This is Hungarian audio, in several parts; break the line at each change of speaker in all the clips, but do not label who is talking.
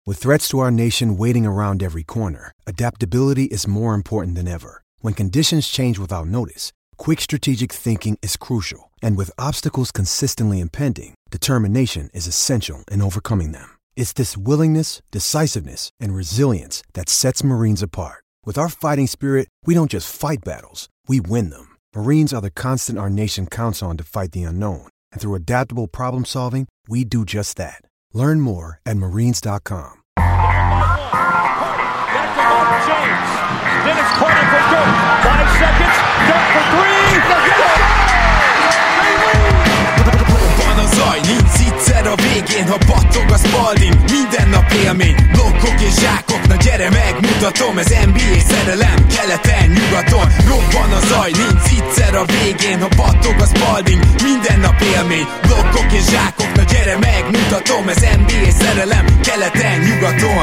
With threats to our nation waiting around every corner, adaptability is more important than ever. When conditions change without notice, quick strategic thinking is crucial. And with obstacles consistently impending, determination is essential in overcoming them. It's this willingness, decisiveness, and resilience that sets Marines apart. With our fighting spirit, we don't just fight battles, we win them. Marines are the constant our nation counts on to fight the unknown. And through adaptable problem solving, we do just that. Learn more at marines.com.
That's about James. Then it's Carter for Dirk. 5 seconds. Dirk for 3.
Van a zaj, nincs egyszer a végén, ha battog a Spalding. Minden nap élmény, blokkok és zsákok. Na gyere megmutatom, ez NBA szerelem. Keleten, nyugaton, robban a zaj, nincs egyszer a végén, ha battog a Spalding. Minden nap élmény, blokkok és zsákok. Na gyere megmutatom, ez NBA szerelem. Keleten, nyugaton.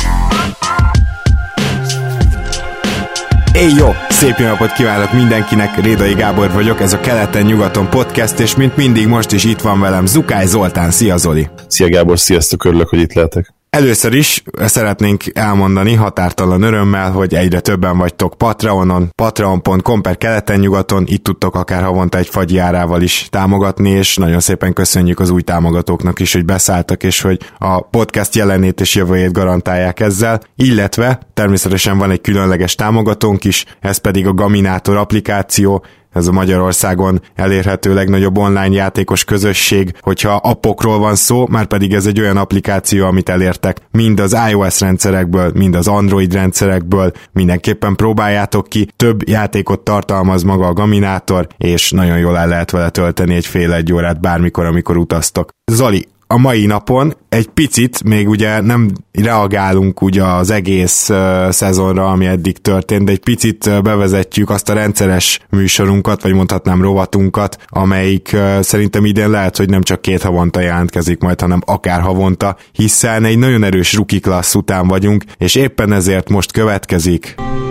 Jó, szép jó napot kívánok mindenkinek, Rédai Gábor vagyok, ez a Keleten-nyugaton podcast, és mint mindig most is itt van velem Zukály Zoltán. Szia Zoli!
Szia Gábor, sziasztok, örülök, hogy itt lehetek.
Először is szeretnénk elmondani határtalan örömmel, hogy egyre többen vagytok Patreonon, patreon.com/keleten-nyugaton, itt tudtok akár havonta egy fagyi árával is támogatni, és nagyon szépen köszönjük az új támogatóknak is, hogy beszálltak, és hogy a podcast jelenét és jövőjét garantálják ezzel, illetve természetesen van egy különleges támogatónk is, ez pedig a Gaminator applikáció. Ez a Magyarországon elérhető legnagyobb online játékos közösség, hogyha appokról van szó, már pedig ez egy olyan applikáció, amit elértek mind az iOS rendszerekből, mind az Android rendszerekből, mindenképpen próbáljátok ki, több játékot tartalmaz maga a Gaminator, és nagyon jól el lehet vele tölteni egy fél-egy órát bármikor, amikor utaztok. Zoli, a mai napon egy picit, még ugye nem reagálunk ugye az egész szezonra, ami eddig történt, de egy picit bevezetjük azt a rendszeres műsorunkat, vagy mondhatnám rovatunkat, amelyik szerintem idén lehet, hogy nem csak 2 havonta jelentkezik majd, hanem akár havonta, hiszen egy nagyon erős rookie class után vagyunk, és éppen ezért most következik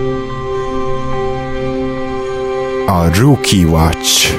a Rookie Watch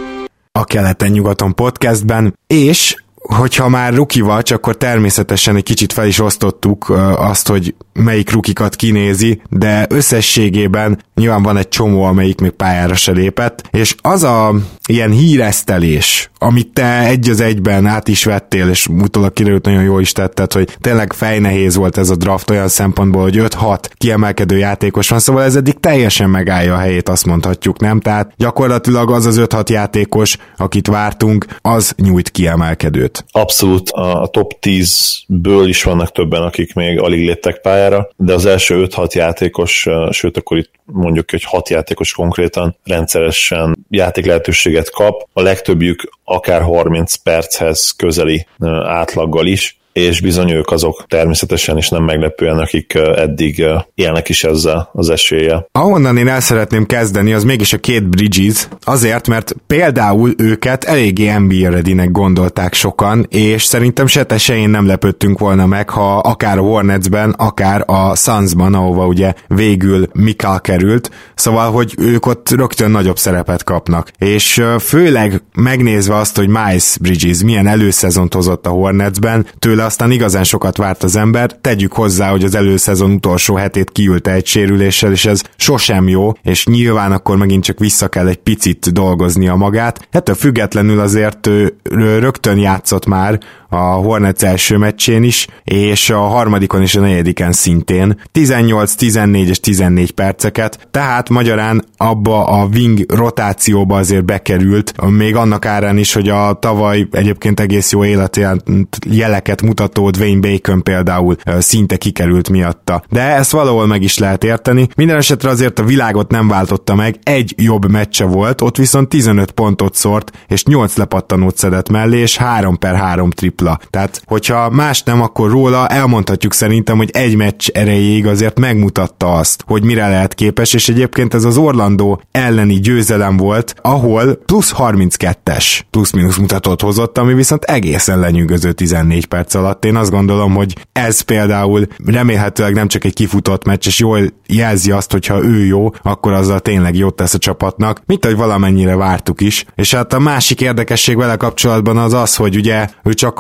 a Keleten-nyugaton podcastben, és hogyha már rookie watch, akkor természetesen egy kicsit fel is osztottuk azt, hogy melyik rookikat kinézi, de összességében nyilván van egy csomó, amelyik még pályára se lépett, és az a ilyen híresztelés, amit te egy az egyben át is vettél, és utólag kiderült, nagyon jól is tetted, hogy tényleg fejnehéz volt ez a draft olyan szempontból, hogy 5-6 kiemelkedő játékos van, szóval ez eddig teljesen megállja a helyét, azt mondhatjuk, nem? Tehát gyakorlatilag az az 5-6 játékos, akit vártunk, az nyújt kiemelkedőt.
Abszolút a top 10-ből is vannak többen, akik még alig léptek pályára, de az első 5-6 játékos, sőt akkor itt mondjuk, hogy 6 játékos konkrétan rendszeresen játék lehetőséget kap, a legtöbbjük akár 30 perchez közeli átlaggal is, és bizony ők azok természetesen is nem meglepően, akik eddig élnek is ezzel az eséllyel.
Ahonnan én el szeretném kezdeni, az mégis a két Bridges, azért, mert például őket eléggé NBA readynek gondolták sokan, és szerintem se te se én nem lepődtünk volna meg, ha akár a Hornetsben, akár a Sunsban, ahova ugye végül Mikal került, szóval, hogy ők ott rögtön nagyobb szerepet kapnak. És főleg megnézve azt, hogy Miles Bridges milyen előszezont hozott a Hornetsben, tőle aztán igazán sokat várt az ember, tegyük hozzá, hogy az előszezon utolsó hetét kiülte egy sérüléssel, és ez sosem jó, és nyilván akkor megint csak vissza kell egy picit dolgoznia magát. Ettől függetlenül azért ő rögtön játszott már a Hornets első meccsén is, és a harmadikon és a negyediken szintén 18, 14 és 14 perceket, tehát magyarán abba a wing rotációba azért bekerült, még annak árán is, hogy a tavaly egyébként egész jó életjeleket mutató Dwayne Bacon például szinte kikerült miatta. De ezt valahol meg is lehet érteni. Minden esetre azért a világot nem váltotta meg, egy jobb meccse volt, ott viszont 15 pontot szórt, és 8 lepattanót szedett mellé, és 3/3 tripla. Tehát, hogyha más nem, akkor róla elmondhatjuk szerintem, hogy egy meccs erejéig azért megmutatta azt, hogy mire lehet képes, és egyébként ez az Orlando elleni győzelem volt, ahol plusz 32-es plusz-minusz mutatót hozott, ami viszont egészen lenyűgöző 14 perc alatt. Én azt gondolom, hogy ez például remélhetőleg nem csak egy kifutott meccs, és jól jelzi azt, hogyha ő jó, akkor azzal tényleg jót tesz a csapatnak, mint ahogy valamennyire vártuk is. És hát a másik érdekesség vele kapcsolatban az az, hogy ugye ő csak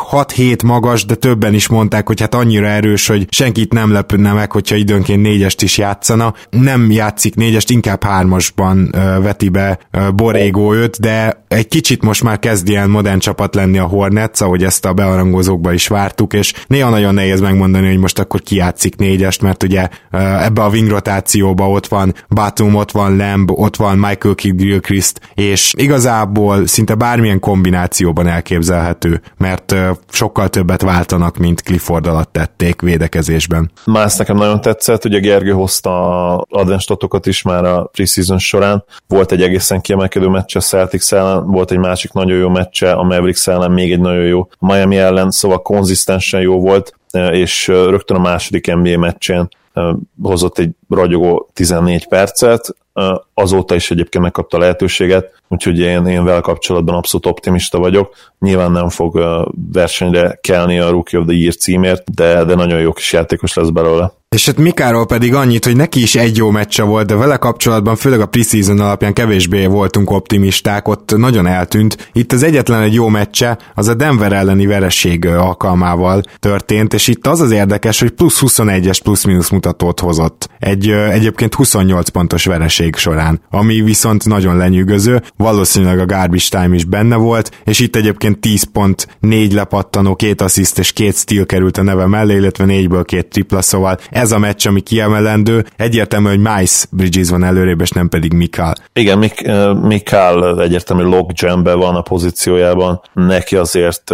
6-7 magas, de többen is mondták, hogy hát annyira erős, hogy senkit nem lepődne meg, hogyha időnként 4-est is játszana. Nem játszik 4-est, inkább 3-asban veti be Borrego őt, de egy kicsit most már kezd ilyen modern csapat lenni a Hornets, ahogy ezt a bearangozókba is vártuk, és néha nagyon nehéz megmondani, hogy most akkor ki játszik 4-est, mert ugye ebbe a wing rotációba ott van Batum, ott van Lamb, ott van Michael Kidd-Gilchrist, és igazából szinte bármilyen kombinációban elképzelhető, mert sokkal többet váltanak, mint Clifford alatt tették védekezésben.
Más nekem nagyon tetszett, ugye Gergő hozta a advanced statokat is már a preseason során, volt egy egészen kiemelkedő meccse a Celtics ellen, volt egy másik nagyon jó meccse a Mavericks ellen, még egy nagyon jó a Miami ellen, szóval konzisztensen jó volt, és rögtön a második NBA meccsén hozott egy ragyogó 14 percet, azóta is egyébként megkapta a lehetőséget, úgyhogy én vele kapcsolatban abszolút optimista vagyok. Nyilván nem fog versenyre kelni a Rookie of the Year címért, de nagyon jó kis játékos lesz belőle.
És hát Mikáról pedig annyit, hogy neki is egy jó meccse volt, de vele kapcsolatban főleg a preseason alapján kevésbé voltunk optimisták, ott nagyon eltűnt. Itt az egyetlen egy jó meccse, az a Denver elleni vereség alkalmával történt, és itt az érdekes, hogy plusz 21-es plusz-minusz mutatót hozott. Egyébként 28 pontos vereség során, ami viszont nagyon lenyűgöző, valószínűleg a garbage time is benne volt, és itt egyébként 10 pont, 4 lepattanó, 2 assziszt és 2 steal került a neve mellé, illetve 4-ből 2 tripla, szóval ez a meccs, ami kiemelendő, egyértelmű, hogy Miles Bridges van előrébb, és nem pedig Mikal.
Igen, Mikal egyértelmű logjamben van a pozíciójában, neki azért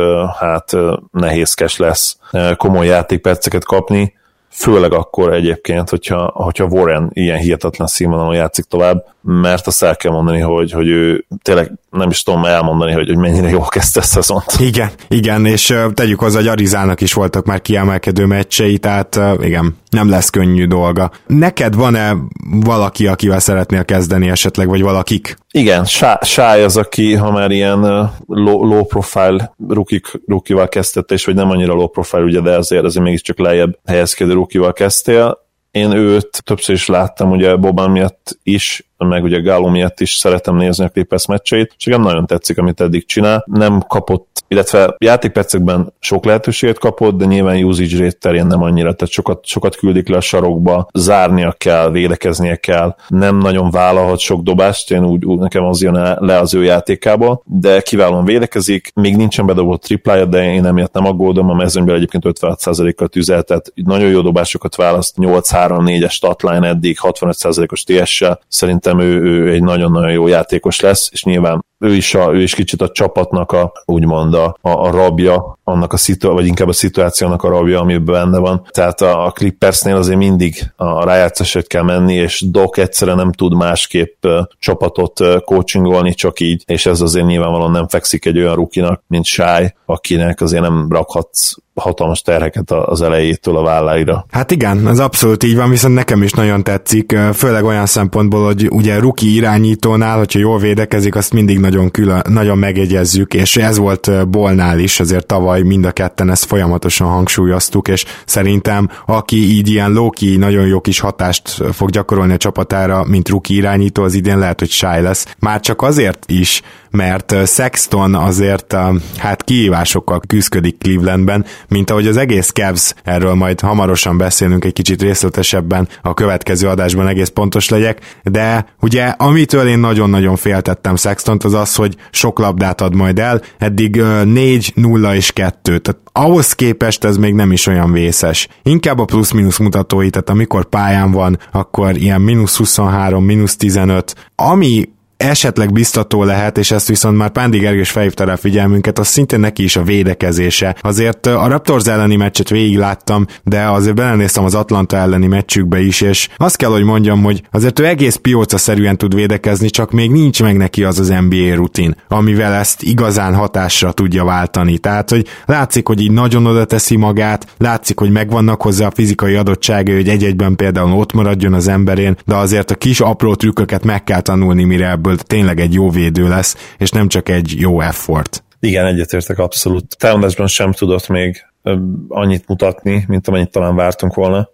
nehézkes lesz komoly játékperceket kapni, főleg akkor egyébként, hogyha Warren ilyen hihetetlen színvonalon játszik tovább, mert azt el kell mondani, hogy ő tényleg nem is tudom elmondani, hogy mennyire jól kezdte a szezont.
Igen, és tegyük hozzá, hogy Arizának is voltak már kiemelkedő meccsei, tehát igen, nem lesz könnyű dolga. Neked van-e valaki, akivel szeretnél kezdeni esetleg, vagy valakik?
Igen, Shai az, aki, ha már ilyen low profile rookie-val kezdette, és vagy nem annyira low profile, ugye, de azért mégiscsak lejjebb helyezkedő rookie-val kezdtél. Én őt többször is láttam, ugye Boban miatt is, meg ugye Gallo miatt is szeretem nézni a Clippers meccseit, és igen, nagyon tetszik, amit eddig csinál. Nem kapott, illetve játékpercekben sok lehetőséget kapott, de nyilván usage rate terén nem annyira, tehát sokat küldik le a sarokba, zárnia kell, védekeznie kell, nem nagyon vállalhat sok dobást, én úgy nekem az jön le az ő játékába, de kiválóan védekezik, még nincsen bedobott triplája, de én emiatt nem aggódom, a mezőnyben egyébként 56%-kal tüzel, tehát nagyon jó dobásokat választ, 8-3-4-es statline eddig, 65%-os TS-sel, szerintem ő egy nagyon-nagyon jó játékos lesz, és nyilván ő is kicsit a csapatnak úgymond a rabja, annak vagy inkább a szituációnak a rabja, ami benne van. Tehát a Clippersnél azért mindig a rájátszásért kell menni, és Doc egyszerűen nem tud másképp csapatot coachingolni, csak így, és ez azért nyilvánvalóan nem fekszik egy olyan rookie-nak, mint Shai, akinek azért nem rakhatsz hatalmas terheket az elejétől a válláira.
Hát igen, ez abszolút így van, viszont nekem is nagyon tetszik, főleg olyan szempontból, hogy ugye rookie irányítónál, hogyha jól védekezik, azt mindig nagyon megjegyezzük, és ez volt Ballnál is, azért tavaly mind a ketten ezt folyamatosan hangsúlyoztuk, és szerintem aki így ilyen low-key nagyon jó kis hatást fog gyakorolni a csapatára, mint rookie irányító, az idén lehet, hogy Shai lesz. Már csak azért is, mert Sexton azért kihívásokkal küzdik Clevelandben, mint ahogy az egész Cavs, erről majd hamarosan beszélünk egy kicsit részletesebben a következő adásban, egész pontos legyek, de ugye amitől én nagyon-nagyon féltettem Sextont, az, hogy sok labdát ad majd el, eddig 4, 0 és 2, tehát ahhoz képest ez még nem is olyan vészes. Inkább a plusz-minusz mutatói, tehát amikor pályán van, akkor ilyen -23, -15, ami esetleg biztató lehet, és ezt viszont már Pándi Gergős felhívta rá a figyelmünket, az szintén neki is a védekezése. Azért a Raptors elleni meccset végigláttam, de azért belenéztem az Atlanta elleni meccsükbe is, és azt kell, hogy mondjam, hogy azért ő egész pióca-szerűen tud védekezni, csak még nincs meg neki az NBA rutin, amivel ezt igazán hatásra tudja váltani. Tehát, hogy látszik, hogy így nagyon oda teszi magát, látszik, hogy megvannak hozzá a fizikai adottságai, hogy egy-egyben például ott maradjon az emberén, de azért a kis apró trükköket meg kell tanulni, mire ebből tényleg egy jó védő lesz, és nem csak egy jó effort.
Igen, egyetértek abszolút. Támadásban sem tudott még annyit mutatni, mint amennyit talán vártunk volna.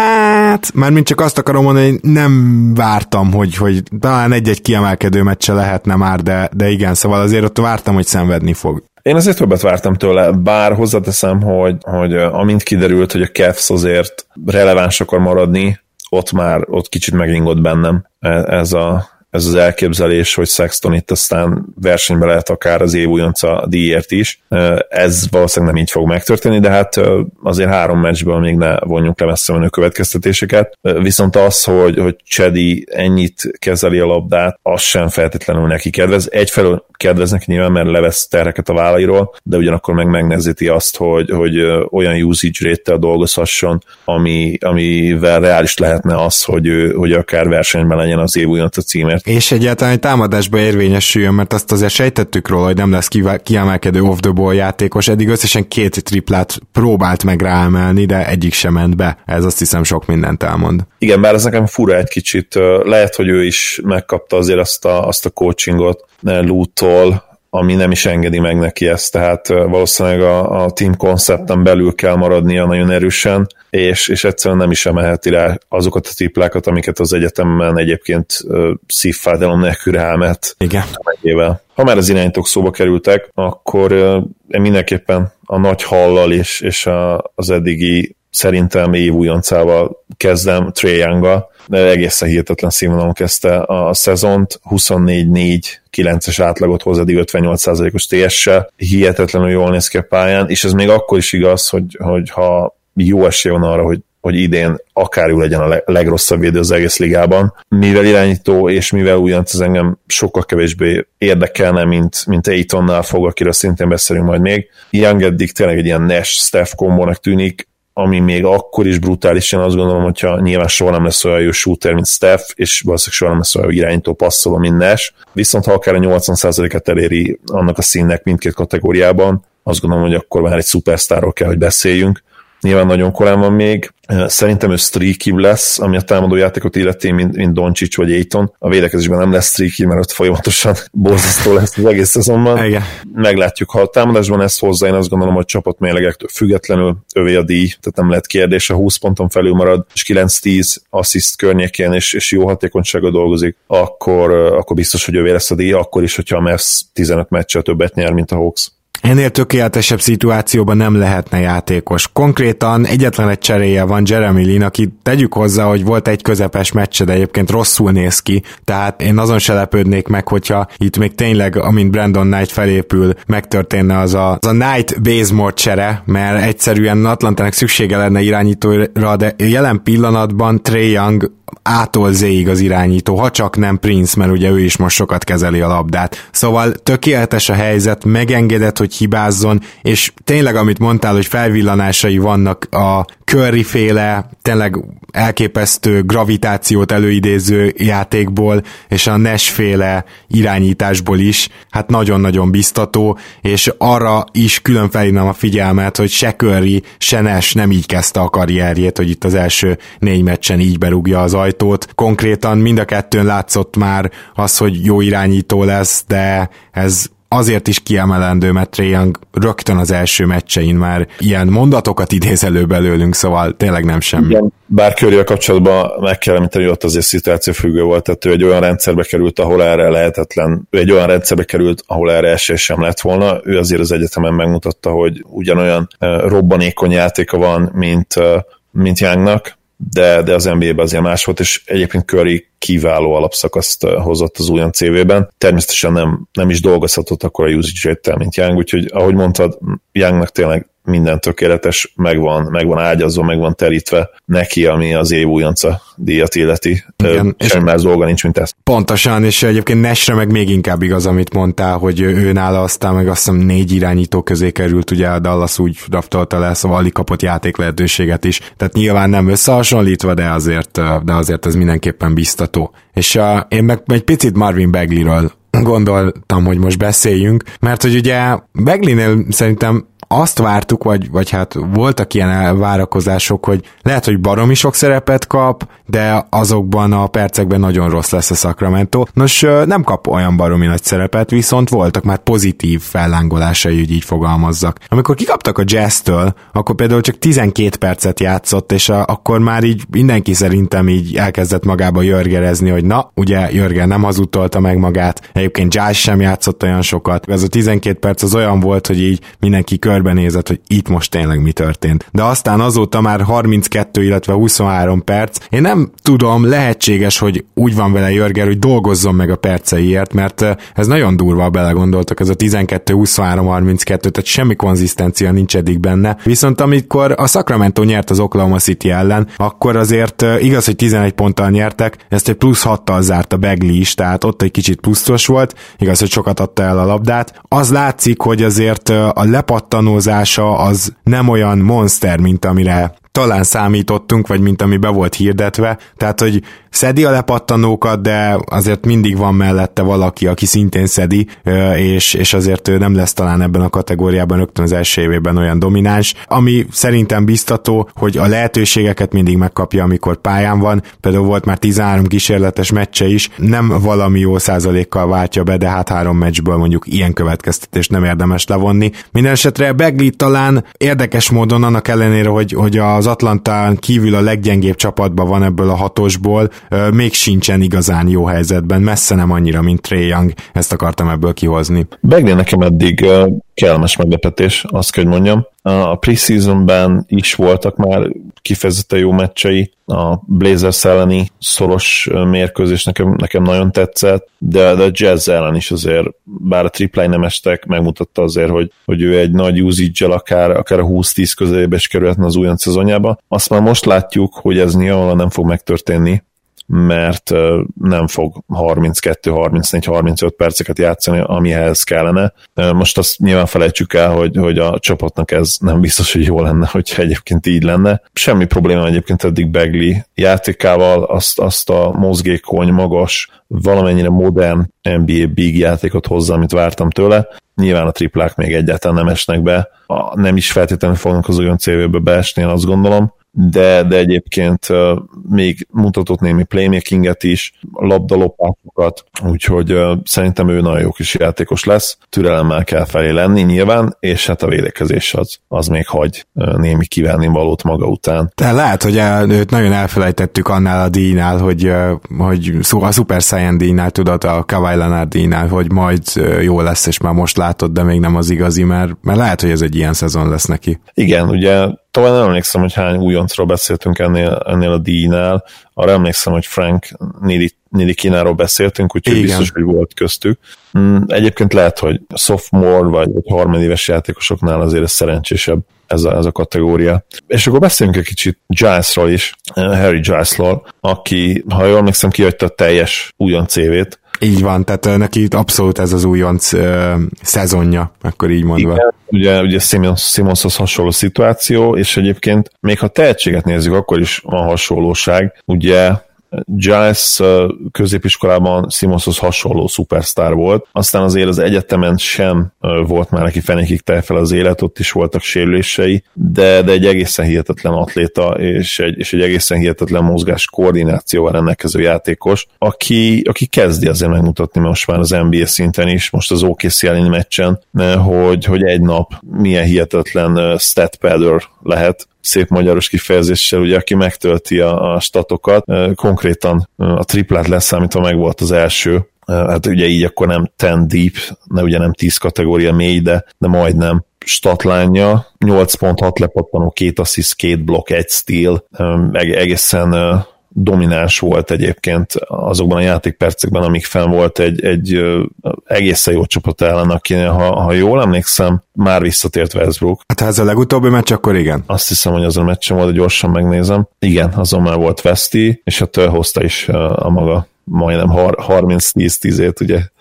Hát, mármint csak azt akarom mondani, hogy nem vártam, hogy talán egy-egy kiemelkedő meccse lehetne már, de igen, szóval azért ott vártam, hogy szenvedni fog.
Én azért többet vártam tőle, bár hozzáteszem, hogy amint kiderült, hogy a Cavs azért releváns akar maradni, ott kicsit megingott bennem ez az elképzelés, hogy Sexton itt aztán versenybe lehet akár az év újonca díjért is. Ez valószínűleg nem így fog megtörténni, de hát azért 3 meccsből még ne vonjunk le messze menő következtetéseket. Viszont az, hogy Chedi ennyit kezeli a labdát, az sem feltétlenül neki kedvez. Egyfelől kedvez neki nyilván, mert levesz terheket a vállairól, de ugyanakkor megnehezíti azt, hogy olyan usage rate-tel dolgozhasson, amivel reális lehetne az, hogy akár versenyben legyen az év újonca címért.
És egyáltalán egy támadásba érvényesüljön, mert azt azért sejtettük róla, hogy nem lesz kiemelkedő off-the-ball játékos, eddig összesen 2 triplát próbált meg ráemelni, de egyik sem ment be. Ez azt hiszem sok mindent elmond.
Igen, bár ez nekem fura egy kicsit. Lehet, hogy ő is megkapta azért azt a coachingot Lou-tól, ami nem is engedi meg neki ezt, tehát valószínűleg a team koncepten belül kell maradnia nagyon erősen, és egyszerűen nem is emelheti rá azokat a triplákat, amiket az egyetemen egyébként szívfájdalom nélkül rámet.
Igen.
Ha már az irányítók szóba kerültek, akkor én mindenképpen a nagy hallal és az eddigi szerintem év újoncával kezdem, Trae Young-gal, de egészen hihetetlen színvonalon kezdte a szezont, 24-4-9-es átlagot hoz eddig 58%-os TS-sel, hihetetlenül jól néz ki a pályán, és ez még akkor is igaz, hogy ha jó esély van arra, hogy idén akár ő legyen a legrosszabb védő az egész ligában. Mivel irányító és mivel újonc, ez engem sokkal kevésbé érdekelne, mint Aytonnál fog, akiről szintén beszélünk majd még. Young eddig tényleg egy ilyen Nash-Steph kombónak tűnik, ami még akkor is brutális, én azt gondolom, hogyha nyilván soha nem lesz olyan jó shooter, mint Steph, és valószínűleg soha nem lesz olyan jó irányító passzoló, mint Nash. Viszont ha akár a 80%-et eléri annak a színnek mindkét kategóriában, azt gondolom, hogy akkor már egy szupersztárról kell, hogy beszéljünk. Nyilván nagyon korán van még. Szerintem ő streaky lesz, ami a támadó játékot illeti, mint Doncic vagy Ayton. A védekezésben nem lesz streaky, mert ott folyamatosan borzasztó lesz az egész szezonban.
Igen.
Meglátjuk, ha a támadásban ezt hozzá, én azt gondolom, hogy csapat mérlegektől függetlenül övé a díj, tehát nem lehet kérdés, ha 20 ponton felül marad, és 9-10 assziszt környékén, és jó hatékonysággal dolgozik, akkor biztos, hogy övé lesz a díj, akkor is, hogyha a Mavs 15 meccsel többet nyer, mint a Hawks.
Ennél tökéletesebb szituációban nem lehetne játékos. Konkrétan egyetlen egy cseréje van Jeremy Lin, aki tegyük hozzá, hogy volt egy közepes meccse, de egyébként rosszul néz ki, tehát én azon se lepődnék meg, hogyha itt még tényleg, amint Brandon Knight felépül, megtörténne az a Knight Bazemore csere, mert egyszerűen Atlantának szüksége lenne irányítóra, de jelen pillanatban Trae Young A-tól Z-ig az irányító, ha csak nem Prince, mert ugye ő is most sokat kezeli a labdát. Szóval tökéletes a helyzet, megengedett, hogy hibázzon, és tényleg, amit mondtál, hogy felvillanásai vannak a Curry-féle, tényleg elképesztő gravitációt előidéző játékból, és a Nash-féle irányításból is, hát nagyon-nagyon biztató, és arra is külön felhívnám a figyelmet, hogy se Curry, se Nash nem így kezdte a karrierjét, hogy itt az első 4 meccsen így berúgja az ajtót. Konkrétan mind a kettőn látszott már az, hogy jó irányító lesz, de ez azért is kiemelendő, mert Trae Young rögtön az első meccsein már ilyen mondatokat idéz elő belőlünk, szóval tényleg nem semmi.
Igen, bár Curryvel kapcsolatban meg kell említeni, hogy ott azért szituációfüggő volt, tehát ő egy olyan rendszerbe került, ahol erre lehetetlen, ő egy olyan rendszerbe került, ahol erre esély sem lett volna. Ő azért az egyetemen megmutatta, hogy ugyanolyan robbanékony játéka van, mint Youngnak, de az NBA-ben azért más volt, és egyébként Curry kiváló alapszakaszt hozott az újon CV-ben. Természetesen nem is dolgozhatott akkor a usage rate-tel, mint Young, úgyhogy ahogy mondtad, Youngnak tényleg minden tökéletes, megvan ágyazva, megvan terítve neki, ami az év újonca díjat illeti. Semmi más dolga nincs, mint ez.
Pontosan, és egyébként Nashre meg még inkább igaz, amit mondtál, hogy ő nála aztán meg azt hiszem 4 irányító közé került, ugye a Dallas úgy draftolta le, szóval alig kapott játék lehetőséget is. Tehát nyilván nem összehasonlítva, de azért ez mindenképpen biztató. És én meg egy picit Marvin Bagleyről gondoltam, hogy most beszéljünk, mert hogy ugye Bagleynél szerintem azt vártuk, vagy hát voltak ilyen várakozások, hogy lehet, hogy baromi sok szerepet kap, de azokban a percekben nagyon rossz lesz a Sacramento. Nos, nem kap olyan baromi nagy szerepet, viszont voltak már pozitív fellángolásai, hogy így fogalmazzak. Amikor kikaptak a Jazz-től, akkor például csak 12 percet játszott, és akkor már így mindenki szerintem így elkezdett magába jörgerezni, hogy na, ugye Jörgen nem hazudtolta meg magát, egyébként Jazz sem játszott olyan sokat. Ez a 12 perc az olyan volt, hogy így mindenki körbenézett, hogy itt most tényleg mi történt. De aztán azóta már 32, illetve 23 perc. Én nem tudom, lehetséges, hogy úgy van vele Jörger, hogy dolgozzon meg a perceiért, mert ez nagyon durva, belegondoltak, ez a 12, 23, 32, tehát semmi konzisztencia nincs eddig benne. Viszont amikor a Sacramento nyert az Oklahoma City ellen, akkor azért igaz, hogy 11 ponttal nyertek, ezt egy plusz 6-tal zárt a Bagley is, tehát ott egy kicsit pusztos volt, igaz, hogy sokat adta el a labdát. Az látszik, hogy azért a lepattanózása az nem olyan monster, mint amire talán számítottunk, vagy mint ami be volt hirdetve, tehát, hogy szedi a lepattanókat, de azért mindig van mellette valaki, aki szintén szedi, és azért ő nem lesz talán ebben a kategóriában rögtön az első évében olyan domináns, ami szerintem biztató, hogy a lehetőségeket mindig megkapja, amikor pályán van, például volt már 13 kísérletes meccse is, nem valami jó százalékkal váltja be, de hát 3 meccsből mondjuk ilyen következtetést nem érdemes levonni. Minden esetre Bagley talán érdekes módon annak ellenére, hogy az Atlantán kívül a leggyengébb csapatban van ebből a 6-osból, még sincsen igazán jó helyzetben, messze nem annyira, mint Trae Young, ezt akartam ebből kihozni.
Bagley nekem eddig kellemes meglepetés, azt kell, hogy mondjam. A preseasonben is voltak már kifejezetten jó meccsei, a Blazers elleni szoros mérkőzés nekem nagyon tetszett, de a Jazz ellen is azért, bár a triplái nem estek, megmutatta azért, hogy ő egy nagy usage-el akár a 20-10 közelébe is kerülhetne az újonc szezonjába. Azt már most látjuk, hogy ez nyilvánvalóan nem fog megtörténni, mert nem fog 32, 34, 35 perceket játszani, amihez kellene. Most azt nyilván felejtsük el, hogy a csapatnak ez nem biztos, hogy jó lenne, hogyha egyébként így lenne. Semmi probléma egyébként eddig Bagley játékával, azt a mozgékony, magas, valamennyire modern NBA big játékot hozzá, amit vártam tőle. Nyilván a triplák még egyáltalán nem esnek be, nem is feltétlenül fognak az olyan CV-be beesni, én azt gondolom, de egyébként még mutatott némi playmakinget is, labdalopásokat, úgyhogy szerintem ő nagyon jó kis játékos lesz, türelemmel kell felé lenni nyilván, és hát a védekezés az még hagy némi kívánni valót maga után.
Tehát lehet, hogy őt nagyon elfelejtettük annál a díjnál, hogy a Super Saiyan díjnál, tudod, a Kawhi Leonard díjnál, hogy majd jó lesz, és már most látod, de még nem az igazi, mert lehet, hogy ez egy ilyen szezon lesz neki.
Igen, ugye talán nem emlékszem, hogy hány újoncról beszéltünk ennél a díjnál, arra emlékszem, hogy Frank Ntilikina beszéltünk, úgyhogy igen, biztos, hogy volt köztük. Egyébként lehet, hogy sophomore vagy harmadéves játékosoknál azért ez szerencsésebb ez a kategória. És akkor beszéljünk egy kicsit Gilesról is, Harry Gilesról, aki, ha jól emlékszem, kihagyta a teljes újonc CV-t.
Így van, tehát neki abszolút ez az újonc szezonja, akkor így mondva.
Igen, ugye Simmonshoz hasonló szituáció, és egyébként még ha tehetséget nézzük, akkor is van hasonlóság. Ugye Giles középiskolában Simmonshoz hasonló szupersztár volt, aztán azért az egyetemen sem volt már neki fenékig tel fel az élet, ott is voltak sérülései, de egy egészen hihetetlen atléta, és egy egészen hihetetlen mozgás koordinációval rendelkező játékos, aki kezdi azért megmutatni most már az NBA szinten is, most az OKC elleni meccsen, hogy egy nap milyen hihetetlen stat padder lehet, szép magyaros kifejezéssel, ugye, aki megtölti a statokat, konkrétan a triplát leszámítva meg volt az első, hát ugye így akkor nem 10 deep, ugye nem 10 kategória mély, de majdnem statlánja, 8.6 lepattanó, 2 assziszt, 2 blokk, 1 steal, egészen domináns volt egyébként azokban a játékpercekben, amik fenn volt egy egészen jó csapat ellen, akinek, ha jól emlékszem, már visszatért Westbrook.
Hát ha ez a legutóbbi meccs, akkor igen.
Azt hiszem, hogy azon a meccsen volt, gyorsan megnézem. Igen, azon már volt Westy, és hát hozta is a maga majdnem 30-10-10-ét, ugye.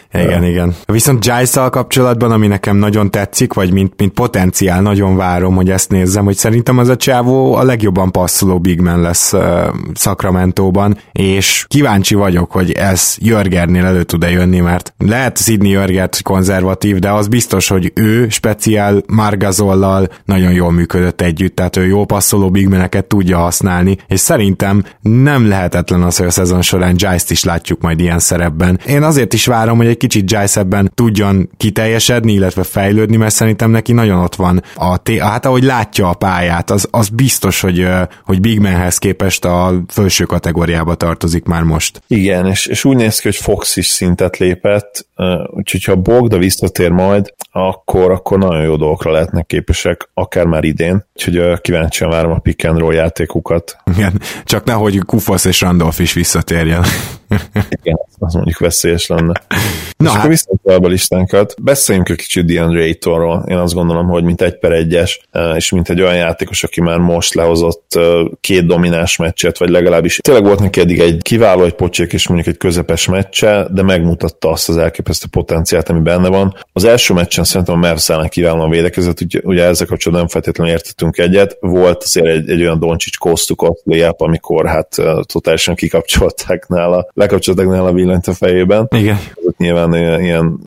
Igen. Viszont Giles-szal kapcsolatban, ami nekem nagyon tetszik, vagy mint potenciál, nagyon várom, hogy ezt nézzem, hogy szerintem az a csávó a legjobban passzoló big man lesz Sacramento-ban, és kíváncsi vagyok, hogy ez Jörgernél elő tud-e jönni, mert lehet Sidney Jörgert konzervatív, de az biztos, hogy ő speciál Marc Gasollal nagyon jól működött együtt, tehát ő jó passzoló big maneket tudja használni, és szerintem nem lehetetlen az, hogy a szezon során Giles-t is látjuk majd ilyen szerepben. Én azért is várom, hogy egy kicsit Giles ebben tudjon kiteljesedni, illetve fejlődni, mert szerintem neki nagyon ott van hát ahogy látja a pályát, az biztos, hogy big manhez képest a felső kategóriába tartozik már most.
Igen, és úgy néz ki, hogy Fox is szintet lépett, úgyhogy ha Bogda visszatér majd, akkor nagyon jó dolgokra lehetnek képesek, akár már idén, úgyhogy kíváncsian várom a pick and roll játékukat.
Igen, csak nehogy Kufasz és Randolph is visszatérjen.
Igen, az mondjuk veszélyes lenne.
Na,
és akkor visszatérve a listánkat, beszéljünk egy kicsit DeAndre Aytonról. Én azt gondolom, hogy mint 1/1-es, és mint egy olyan játékos, aki már most lehozott 2 domináns meccset, vagy legalábbis tényleg volt neki eddig egy kiváló, egy pocsék és mondjuk egy közepes meccse, de megmutatta azt az elképesztő potenciált, ami benne van. Az első meccsen szerintem a Mavs ellen kiválóan védekezett, ugye ezzel kapcsolatban nem feltétlenül értettünk egyet. Volt azért egy olyan Doncic coast-to-coast layup, amikor hát totálisan lekapcsolták nála a villanyt a fejében.
Igen.
Ez nyilván ilyen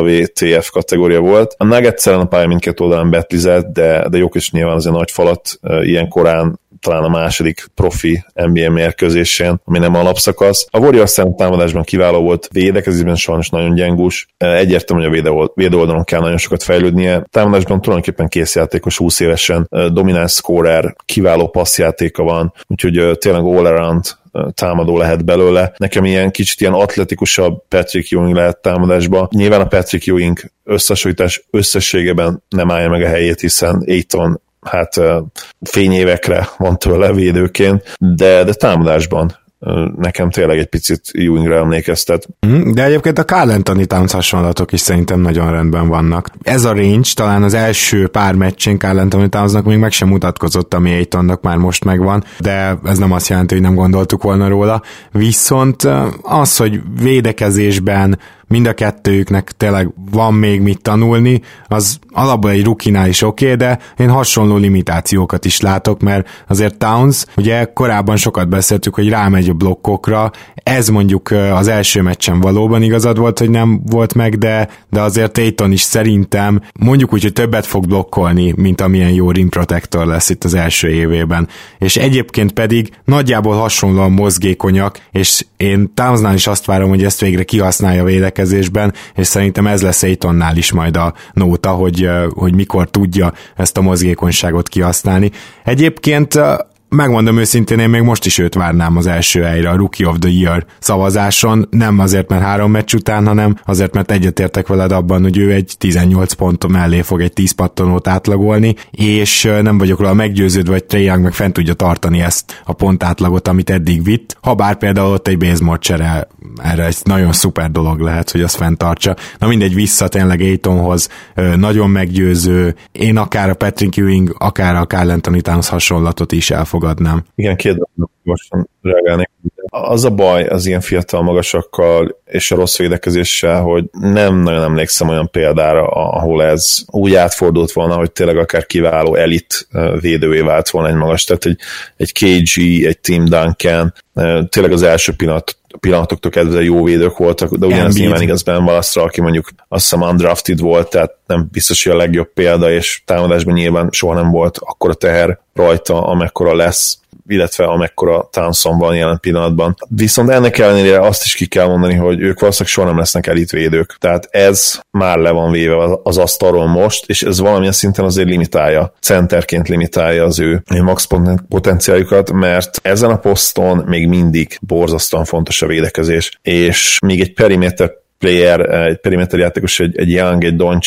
WTF kategória volt. A Nuggets ellen a pálya mindkét oldalán betlizett, de Jokic nyilván azért nagy falat ilyen korán, talán a második profi NBA mérkőzésén, ami nem alapszakasz. A Warriors szám támadásban kiváló volt, védekezésben sajnos nagyon gyengus. Egyértelmű, hogy a védő oldalon kell nagyon sokat fejlődnie. Támadásban tulajdonképpen készjátékos, 20 évesen, domináns scorer, kiváló passzjátéka van, úgyhogy tényleg all-around támadó lehet belőle. Nekem ilyen kicsit ilyen atletikusabb Patrick Ewing lehet támadásba. Nyilván a Patrick Ewing összehasonlítás összességében nem állja meg a helyét, hiszen Ayton hát fényévekre van tőle védőként, de támadásban nekem tényleg egy picit Ewingre emlékeztet.
De egyébként a Karl Anthony Towns hasonlatok is szerintem nagyon rendben vannak. Ez a range talán az első pár meccsén Karl Anthony Townsnak még meg sem mutatkozott, ami Aytonnak már most megvan, de ez nem azt jelenti, hogy nem gondoltuk volna róla. Viszont az, hogy védekezésben mind a kettőjüknek tényleg van még mit tanulni, az alapból egy rookie-nál is oké, de én hasonló limitációkat is látok, mert azért Towns, ugye korábban sokat beszéltük, hogy rámegy a blokkokra, ez mondjuk az első meccsen valóban igazad volt, hogy nem volt meg, de azért Ayton is szerintem mondjuk úgy, hogy többet fog blokkolni, mint amilyen jó rim protector lesz itt az első évében. És egyébként pedig nagyjából hasonlóan mozgékonyak, és én Townsnál is azt várom, hogy ezt végre kihasználja a védekezésben, és szerintem ez lesz Aytonnál is majd a nóta, hogy mikor tudja ezt a mozgékonyságot kihasználni. Egyébként megmondom őszintén, én még most is őt várnám az első helyre a Rookie of the Year szavazáson, nem azért, mert 3 meccs után, hanem azért, mert egyetértek veled abban, hogy ő egy 18 pont mellé fog egy 10 pattanót átlagolni, és nem vagyok róla meggyőződve, hogy Trae Young meg fent tudja tartani ezt a pontátlagot, amit eddig vitt, ha bár például ott egy Bazemore csere, erre egy nagyon szuper dolog lehet, hogy azt fenntartsa. Na mindegy, vissza tényleg Aytonhoz, nagyon meggyőző, én akár a Patrick Ewing, akár a Karl Anthony Towns hasonlatot is elfogadnám.
Igen, 2 dolgot gyorsan reagálnék. Az a baj az ilyen fiatal magasakkal és a rossz védekezéssel, hogy nem nagyon emlékszem olyan példára, ahol ez úgy átfordult volna, hogy tényleg akár kiváló elit védővé vált volna egy magas, tehát egy KG, egy Tim Duncan, tényleg az első pillanatoktól kedvező jó védők voltak, de ugyanez nyilván igaz Ben Wallace-ra, aki mondjuk azt hiszem undrafted volt, tehát nem biztos, hogy a legjobb példa, és támadásban nyilván soha nem volt akkora teher rajta, amekkora lesz, illetve amekkora Townsson van jelen pillanatban. Viszont ennek ellenére azt is ki kell mondani, hogy ők valószínűleg soha nem lesznek elitvédők. Tehát ez már le van véve az asztalról most, és ez valamilyen szinten azért limitálja, centerként limitálja az ő max potenciáljukat, mert ezen a poszton még mindig borzasztóan fontos a védekezés, és még egy periméter player, egy periméter játékos, egy Young, egy Doncic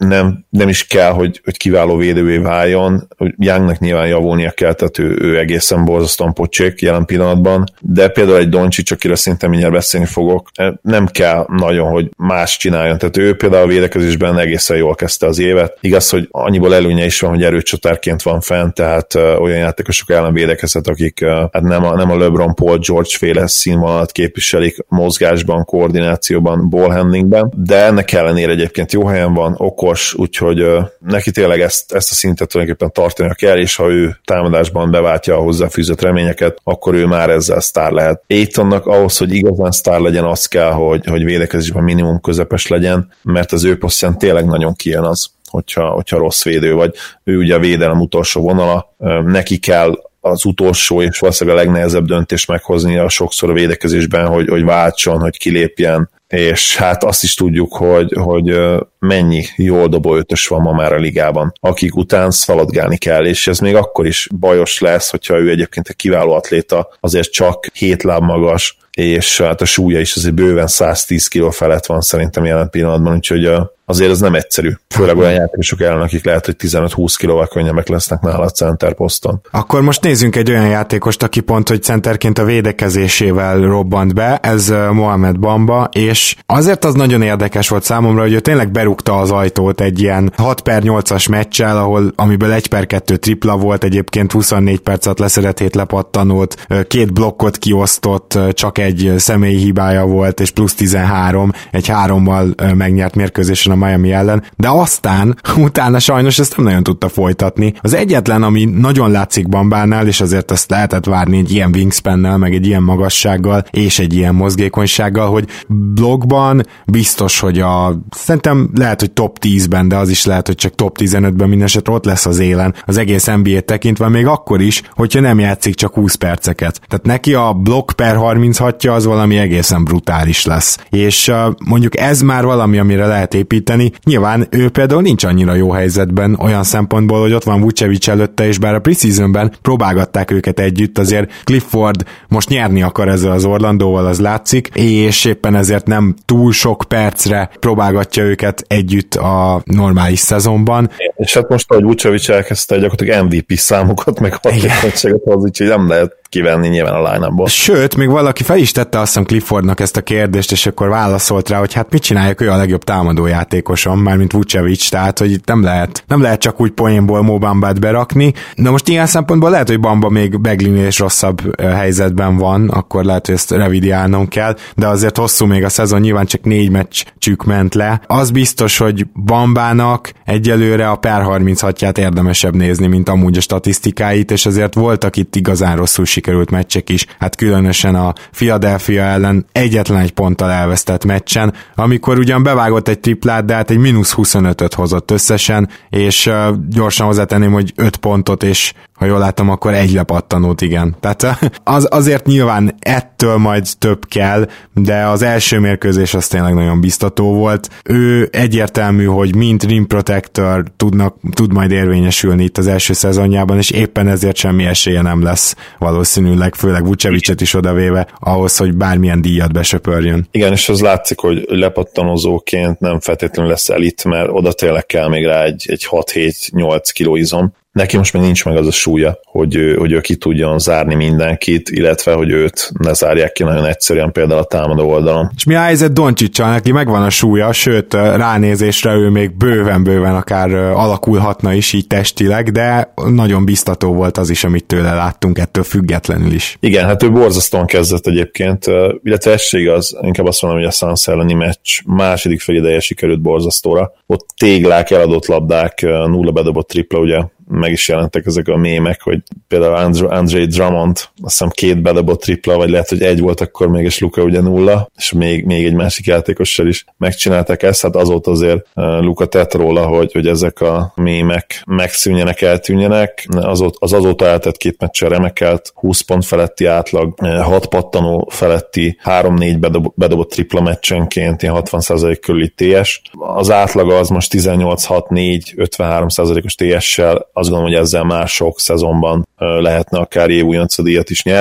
nem is kell, hogy kiváló védővé váljon. Youngnak nyilván javulnia kell, tehát ő egészen borzasztóan pocsék jelen pillanatban, de például egy Doncic, akire szinte mindjárt beszélni fogok, nem kell nagyon, hogy más csináljon, tehát ő például a védekezésben egészen jól kezdte az évet. Igaz, hogy annyiból előnye is van, hogy erőcsatárként van fent, tehát olyan játékosok ellen védekezhet, akik hát nem a LeBron, Paul George féle színvonalat képviselik mozgásban, koordinációban, ballhandlingben, de ennek ellenére egyébként jó helyen van, okos, úgyhogy neki tényleg ezt a szintet tulajdonképpen tartania kell, és ha ő támadásban beváltja a hozzáfűzött reményeket, akkor ő már ezzel sztár lehet. Aytonnak ahhoz, hogy igazán sztár legyen, az kell, hogy védekezésben minimum közepes legyen, mert az ő posztján tényleg nagyon kijön az, hogyha rossz védő vagy. Ő ugye a védelem utolsó vonala, neki kell az utolsó és valószínűleg a legnehezebb döntést meghoznia sokszor a védekezésben, hogy váltson, hogy kilépjen, és hát azt is tudjuk, hogy mennyi jól dobó ötös van ma már a ligában, akik után szaladgálni kell, és ez még akkor is bajos lesz, hogyha ő egyébként egy kiváló atléta, azért csak 7 láb magas, és hát a súlya is azért bőven 110 kg felett van szerintem jelen pillanatban, úgyhogy azért ez nem egyszerű. Főleg olyan játékosok ellen, akik lehet, hogy 15-20 kilóval könnyebbek lesznek nála a center poszton.
Akkor most nézzünk egy olyan játékost, aki pont, hogy centerként a védekezésével robbant be, ez Mohamed Bamba, és azért az nagyon érdekes volt számomra, hogy ő tényleg berúgta az ajtót egy ilyen 6/8-as meccsel, amiből 1/2 tripla volt, egyébként 24 perc alatt leszedett 7 lepattanót, 2 blokkot kiosztott, csak egy személyi hibája volt, és plusz 13, egy 3-mal megnyert mérkőzésen a Miami ellen, de aztán utána sajnos ezt nem nagyon tudta folytatni. Az egyetlen, ami nagyon látszik Bambánál, és azért ezt lehetett várni egy ilyen wingspannel, meg egy ilyen magassággal, és egy ilyen mozgékonysággal, hogy blokkban biztos, hogy szerintem lehet, hogy top 10-ben, de az is lehet, hogy csak top 15-ben mindesetre ott lesz az élen, az egész NBA-t tekintve, még akkor is, hogyha nem játszik csak 20 perceket. Tehát neki a blokk per 36-ja az valami egészen brutális lesz. És mondjuk ez már valami, amire lehet építeni. Nyilván ő például nincs annyira jó helyzetben olyan szempontból, hogy ott van Vucevic előtte, és bár a preseasonben próbálgatták őket együtt, azért Clifford most nyerni akar ezzel az Orlandóval, az látszik, és éppen ezért nem túl sok percre próbálgatja őket együtt a normális szezonban.
És hát most, ahogy Vucevic elkezdte gyakorlatilag MVP számokat, meg hatékonyságot az, úgyhogy nem lehet kivenni nyilván a line-upból.
Sőt, még valaki fel is tette azt hiszem Cliffordnak ezt a kérdést, és akkor válaszolt rá, hogy hát mit csinálják, ő a legjobb támadójátékosom, mármint Vucevic, tehát hogy itt nem lehet csak úgy poénból Mo Bambát berakni. Na most ilyen szempontból lehet, hogy Bamba még Beglinél és rosszabb helyzetben van, akkor lehet, hogy ezt revidiálnom kell, de azért hosszú még a szezon, nyilván csak 4 meccsük ment le. Az biztos, hogy Bambának egyelőre a per 36-ját érdemesebb nézni, mint amúgy a statisztikáit, és azért voltak itt igazán rosszul sikerült meccsek is, hát különösen a Philadelphia ellen egyetlen egy ponttal elvesztett meccsen, amikor ugyan bevágott egy triplát, de hát egy -25-öt hozott összesen, és gyorsan hozzátenném, hogy 5 pontot, és ha jól látom, akkor 1 lepattanót, igen. Tehát azért nyilván ettől majd több kell, de az első mérkőzés az tényleg nagyon biztató volt. Ő egyértelmű, hogy mint rim protector tud majd érvényesülni itt az első szezonjában, és éppen ezért semmi esélye nem lesz valószínűleg, főleg Vucevicet is odavéve ahhoz, hogy bármilyen díjat besöpörjön.
Igen, és az látszik, hogy lepattanozóként nem feltétlenül lesz elit, mert oda tényleg kell még rá egy 6-7-8 kiló izom. Neki most még nincs meg az a súlya, hogy ő ki tudjon zárni mindenkit, illetve hogy őt ne zárják ki nagyon egyszerűen például a támadó oldalon.
És mi a helyzet Doncsicsal? Neki megvan a súlya, sőt ránézésre ő még bőven akár alakulhatna is így testileg, de nagyon biztató volt az is, amit tőle láttunk ettől függetlenül is.
Igen, hát ő borzasztóan kezdett egyébként, illetve ez se igaz, inkább azt mondom, hogy a Suns elleni meccs második félideje sikerült borzasztóra. Ott téglák, eladott labdák, 0 bedobott tripla, ugye meg is jelentek ezek a mémek, hogy például Andre Drummond, azt hiszem 2 bedobott tripla, vagy lehet, hogy 1 volt akkor még, és Luka ugye 0, és még egy másik játékossal is megcsinálták ezt, hát azóta azért Luka tett róla, hogy ezek a mémek megszűnjenek, eltűnjenek. Az azóta eltett 2 meccsel remekelt, 20 pont feletti átlag, 6 pattanó feletti, 3-4 bedobott tripla meccsenként, ilyen 60% körüli TS. Az átlaga az most 18-6-4, 53%-os TS-sel, azt gondolom, hogy ezzel már sok szezonban lehetne akár év újonca díjat is nyerni.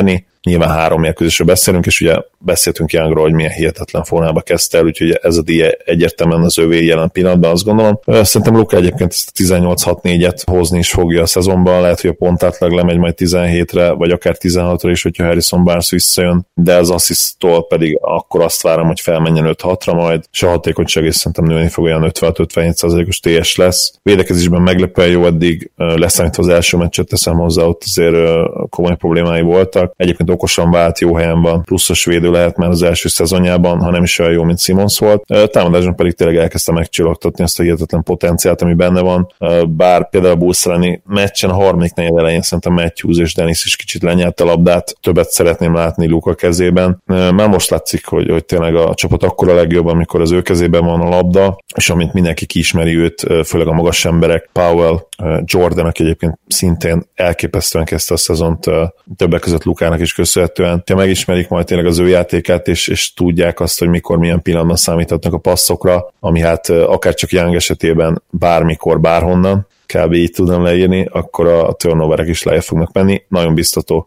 nyilván 3 mérkőzésről beszélünk, és ugye beszéltünk Youngról, hogy milyen hihetetlen formába kezdte el, úgyhogy ez a díj egyértelműen az övé jelen pillanatban, azt gondolom. Szerintem Luka egyébként ezt a 18-6-4-et hozni is fogja a szezonban, lehet, hogy a pontátlag lemegy majd 17-re, vagy akár 16-ra is, hogyha Harrison Barnes visszajön, de az asszisztól pedig akkor azt várom, hogy felmenjen 5-6-ra majd, és a hatékonyság is szerintem nőni fog, olyan 56-57%-os TS lesz. Védekezésben meglepően jó eddig, leszámítva az első meccset teszem hozzá, ott azért komoly problémái voltak. Egyébként okosan vált, jó helyen van, pluszos védő lehet már az első szezonjában, ha nem is olyan jó, mint Simmons volt. Támadásban pedig tényleg elkezdte megcsillagtatni azt a hihetetlen potenciált, ami benne van. Bár például a Bulls elleni meccsen a harmadik negyed elején szerintem Matthews és Dennis is kicsit lenyelt a labdát, többet szeretném látni Luka kezében. Már most látszik, hogy tényleg a csapat akkor a legjobb, amikor az ő kezében van a labda, és amint mindenki kiismeri őt, főleg a magas emberek, Powell, Jordan, aki egyébként szintén elképesztően kezdte a szezont, többek között Lukának is köszönhetően. Ha megismerik majd tényleg az ő játékát, és tudják azt, hogy mikor, milyen pillanatban számíthatnak a passzokra, ami hát akár csak Young esetében bármikor, bárhonnan, kb. Így tudom leírni, akkor a turnoverek is lejjebb fognak menni. Nagyon biztató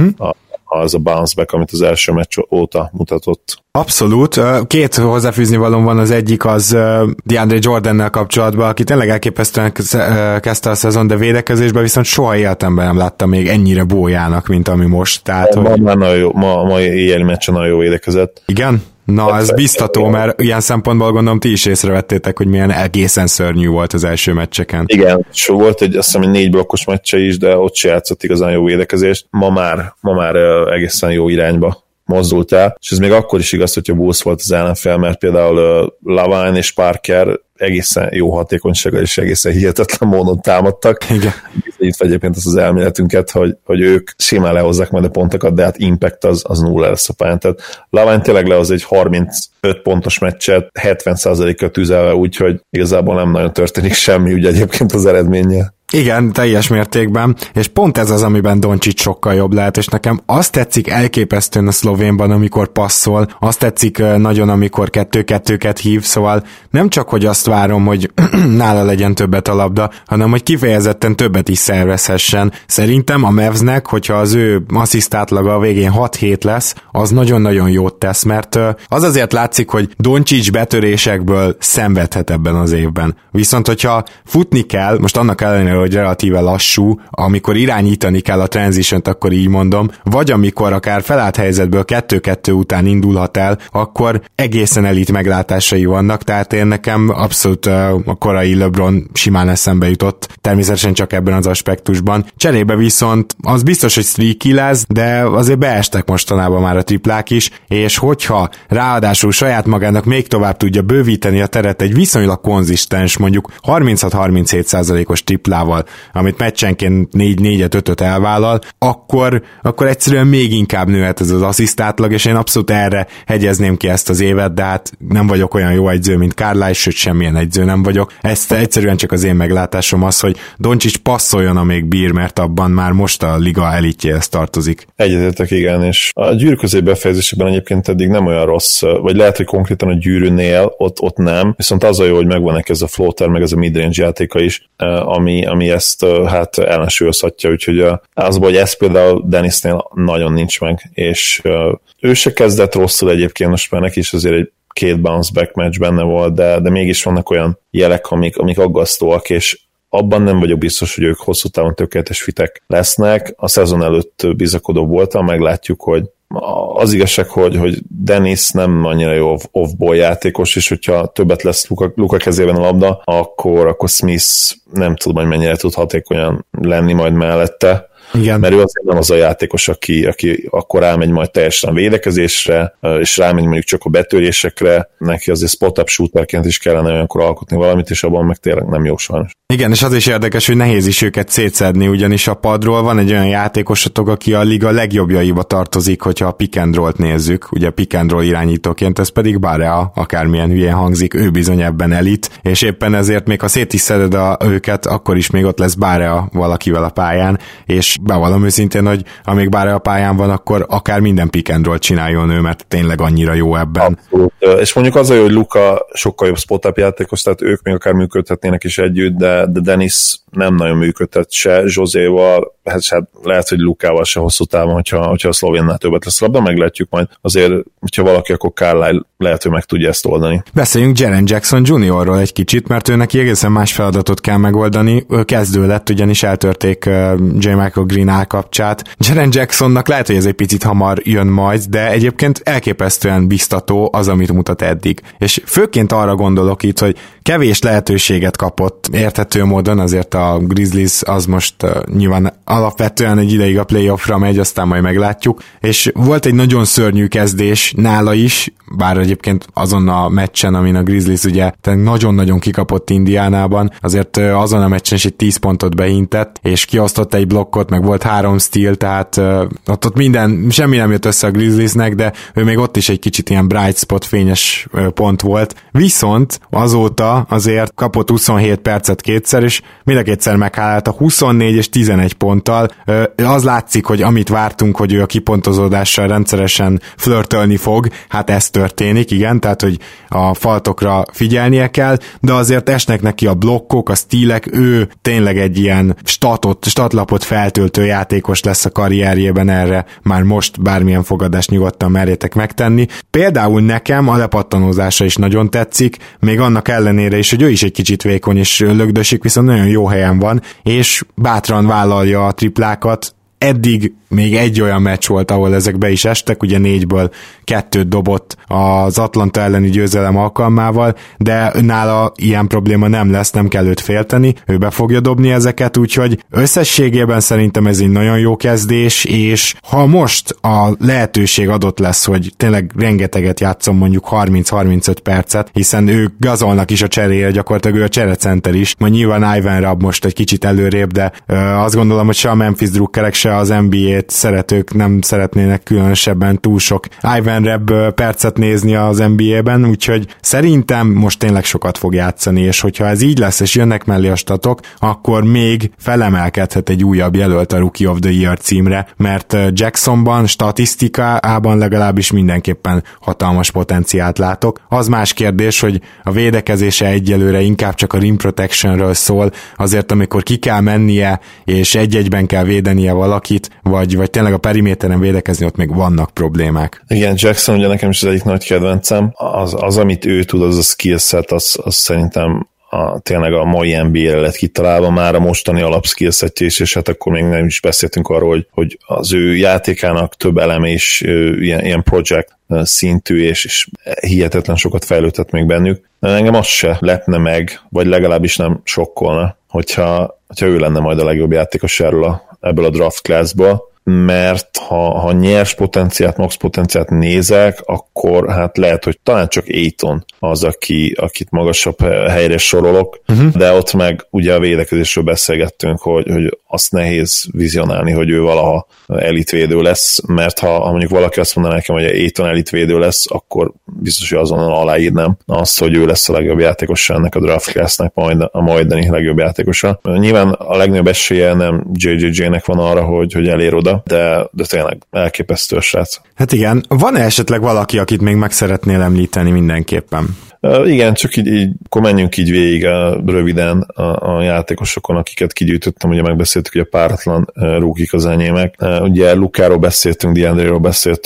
az a bounce back, amit az első meccs óta mutatott.
Abszolút. 2 hozzáfűzni valóm van, az egyik az DeAndre Jordannel kapcsolatban, aki tényleg elképesztően kezdte a szezon, de védekezésben viszont soha életemben nem láttam még ennyire bójának, mint ami most. Tehát,
Ma éjjeli meccsen nagyon jó védekezett.
Igen? Na, ez biztató, mert ilyen szempontból gondolom ti is észrevettétek, hogy milyen egészen szörnyű volt az első meccseken.
Igen, és volt egy, azt hiszem, 4 blokkos meccse is, de ott se játszott igazán jó védekezést. Ma már egészen jó irányba mozdult el, és ez még akkor is igaz, hogyha Bulls volt az ellenfél, mert például Lavine és Parker egészen jó hatékonysággal és egészen hihetetlen módon támadtak.
Igen.
Itt egyébként az elméletünket, hogy ők simán lehozzák majd a pontokat, de hát impact az nulla lesz a pályán. Tehát Lavine tényleg lehoz egy 35 pontos meccset, 70%-kal tüzelve, úgyhogy igazából nem nagyon történik semmi, ugye egyébként az eredménnyel.
Igen, teljes mértékben, és pont ez az, amiben Doncic sokkal jobb lehet, és nekem azt tetszik elképesztően a szlovénban, amikor passzol, azt tetszik nagyon, amikor 2-2-ket hív, szóval nem csak, hogy azt várom, hogy nála legyen többet a labda, hanem, hogy kifejezetten többet is szervezhessen. Szerintem a Mavsnek, hogyha az ő asszisztátlaga a végén 6-7 lesz, az nagyon-nagyon jót tesz, mert az azért látszik, hogy Doncic betörésekből szenvedhet ebben az évben. Viszont, hogyha futni kell, most annak ellenére, hogy relatíve lassú, amikor irányítani kell a transition-t, akkor így mondom, vagy amikor akár felállt helyzetből 2-2 után indulhat el, akkor egészen elit meglátásai vannak, tehát én nekem abszolút a korai LeBron simán eszembe jutott, természetesen csak ebben az aspektusban. Cserébe viszont az biztos, hogy streaky lesz, de azért beestek mostanában már a triplák is, és hogyha ráadásul saját magának még tovább tudja bővíteni a teret egy viszonylag konzisztens, mondjuk 36-37%-os triplával, amit meccsenként 4-4-5-5 elvállal, akkor egyszerűen még inkább nőhet ez az asszisztátlag, és én abszolút erre hegyezném ki ezt az évet, de hát nem vagyok olyan jó egyző, mint Carlisle, sőt semmilyen egyző nem vagyok. Ezt egyszerűen csak az én meglátásom az, hogy Doncic passzoljon, amíg bír, mert abban már most a liga elitjéhez tartozik.
Egyetértek, igen, és a gyűrű közé befejezésében egyébként eddig nem olyan rossz, vagy lehet, hogy konkrétan a gyűrűnél ott nem, viszont az a jó, hogy megvan neki ez a floater, meg ez a midrange játéka is, ami ezt hát ellensúlyozhatja, úgyhogy az, hogy ez például Dennisnél nagyon nincs meg, és ő se kezdett rosszul egyébként, most már neki is azért egy 2 bounce back match benne volt, de mégis vannak olyan jelek, amik aggasztóak, és abban nem vagyok biztos, hogy ők hosszú távon tökéletes fitek lesznek. A szezon előtt bizakodó voltam, meglátjuk, hogy az igazság, hogy Dennis nem annyira jó off-ball játékos, és hogyha többet lesz Luka kezében a labda, akkor Smith nem tudom, hogy mennyire tud hatékonyan lenni majd mellette. Igen. Mert ő azért nem az a játékos, aki akkor rámegy majd teljesen védekezésre, és rámegy mondjuk csak a betörésekre, neki azért spot-up shooterként is kellene olyankor alkotni valamit, és abban meg tényleg nem jó sajnos. Igen, és az is érdekes, hogy nehéz is őket szétszedni, ugyanis a padról van egy olyan játékosatok, aki a liga legjobbjaiba tartozik, hogyha a pick and roll-t nézzük, ugye pick and roll irányítóként, ez pedig Barea, akármilyen hülyén hangzik, ő bizony ebben elit, és éppen ezért még ha szét is szeded őket, akkor is még ott lesz Barea valakivel a pályán, és
bevallom őszintén, hogy amíg bár a pályán van, akkor akár minden pick and roll csináljon ő, mert tényleg annyira jó ebben.
Abszolút. És mondjuk az, hogy Luka sokkal jobb spot-up játékos, tehát ők még akár működhetnének is együtt, de Dennis nem nagyon működhet se Joséval, hát lehet, hogy Lukával se hosszú távon, hogyha a szlovénnál többet lesz labda, meglátjuk majd. Azért, hogyha valaki, akkor Carlisle lehet, hogy meg tudja ezt oldani.
Beszéljünk Jaren Jackson Jr.-ról egy kicsit, mert őnek egészen más feladatot kell megoldani. Ő kezdő lett, ugyanis eltörték J. Michael Green állkapcsát. Jaren Jacksonnak lehet, hogy ez egy picit hamar jön majd, de egyébként elképesztően biztató az, amit mutat eddig. És főként arra gondolok itt, hogy kevés lehetőséget kapott érthető módon, azért a Grizzlies az most nyilván alapvetően egy ideig a playoffra megy, aztán majd meglátjuk, és volt egy nagyon szörnyű kezdés nála is, bár egyébként azon a meccsen, amin a Grizzlies ugye nagyon-nagyon kikapott Indiánában, azért azon a meccsen is egy 10 pontot beintett, és kiosztott egy blokkot, meg volt 3 steal, tehát ott semmi nem jött össze a Grizzliesnek, de ő még ott is egy kicsit ilyen bright spot, fényes pont volt. Viszont azóta azért kapott 27 percet kétszer, és mind a kétszer meghálálta 24 és 11 ponttal. Az látszik, hogy amit vártunk, hogy ő a kipontozódással rendszeresen flörtölni fog, hát ez történik, igen, tehát hogy a faltokra figyelnie kell, de azért esnek neki a blokkok, a stílek, ő tényleg egy ilyen statlapot feltöltő játékos lesz a karrierjében, erre már most bármilyen fogadást nyugodtan merjétek megtenni. Például nekem a lepattanózása is nagyon tetszik, még annak ellenére is, hogy ő is egy kicsit vékony és lögdösik, viszont nagyon jó helyen van, és bátran vállalja a triplákat. Eddig még egy olyan meccs volt, ahol ezek be is estek, ugye 4-ből 2 dobott az Atlanta elleni győzelem alkalmával, de nála ilyen probléma nem lesz, nem kell őt félteni, ő be fogja dobni ezeket, úgyhogy összességében szerintem ez egy nagyon jó kezdés, és ha most a lehetőség adott lesz, hogy tényleg rengeteget játszom, mondjuk 30-35 percet, hiszen ők gazolnak is a cseréje, gyakorlatilag ő a cserecenter is, majd nyilván Ivan Rabb most egy kicsit előrébb, de azt gondolom, hogy se a Memphis drukkerek, se az NBA szeretők nem szeretnének különösebben túl sok Ivan Rabb percet nézni az NBA-ben, úgyhogy szerintem most tényleg sokat fog játszani, és hogyha ez így lesz, és jönnek mellé a statok, akkor még felemelkedhet egy újabb jelölt a Rookie of the Year címre, mert Jacksonban, statisztikában legalábbis mindenképpen hatalmas potenciált látok. Az más kérdés, hogy a védekezése egyelőre inkább csak a rim protectionről szól, azért amikor ki kell mennie, és egy-egyben kell védenie valakit, vagy tényleg a periméteren védekezni, ott még vannak problémák.
Igen, Jackson ugye nekem is az egyik nagy kedvencem. Az amit ő tud, az a skillset, az szerintem tényleg a mai NBA-re lett kitalálva már a mostani alapskillsetje is, és hát akkor még nem is beszéltünk arról, hogy az ő játékának több eleme is ilyen project szintű, és hihetetlen sokat fejlődhet még bennük. De engem az se lepne meg, vagy legalábbis nem sokkolna, hogyha ő lenne majd a legjobb játékos ebből a draft classból, mert ha nyers potenciált, max potenciált nézek, akkor hát lehet, hogy talán csak Ayton az, akit magasabb helyre sorolok, de ott meg ugye a védekezésről beszélgettünk, hogy azt nehéz vizionálni, hogy ő valaha elitvédő lesz, mert ha mondjuk valaki azt mondaná nekem, hogy Ayton elitvédő lesz, akkor biztos, hogy azonnal aláírnám azt, hogy ő lesz a legjobb játékosa ennek a draft classnek, a majdani legjobb játékosa. Nyilván a legnagyobb esélye nem JJJ-nek van arra, hogy elér oda, de tényleg elképesztő a srác.
Hát igen, van-e esetleg valaki, akit még meg szeretnél említeni mindenképpen?
Igen, csak így akkor menjünk így végig röviden a játékosokon, akiket kigyűjtöttem, ugye megbeszéltük, hogy a páratlan rúkik az enyémek. Ugye Lukáról beszéltünk, DeAndre-ról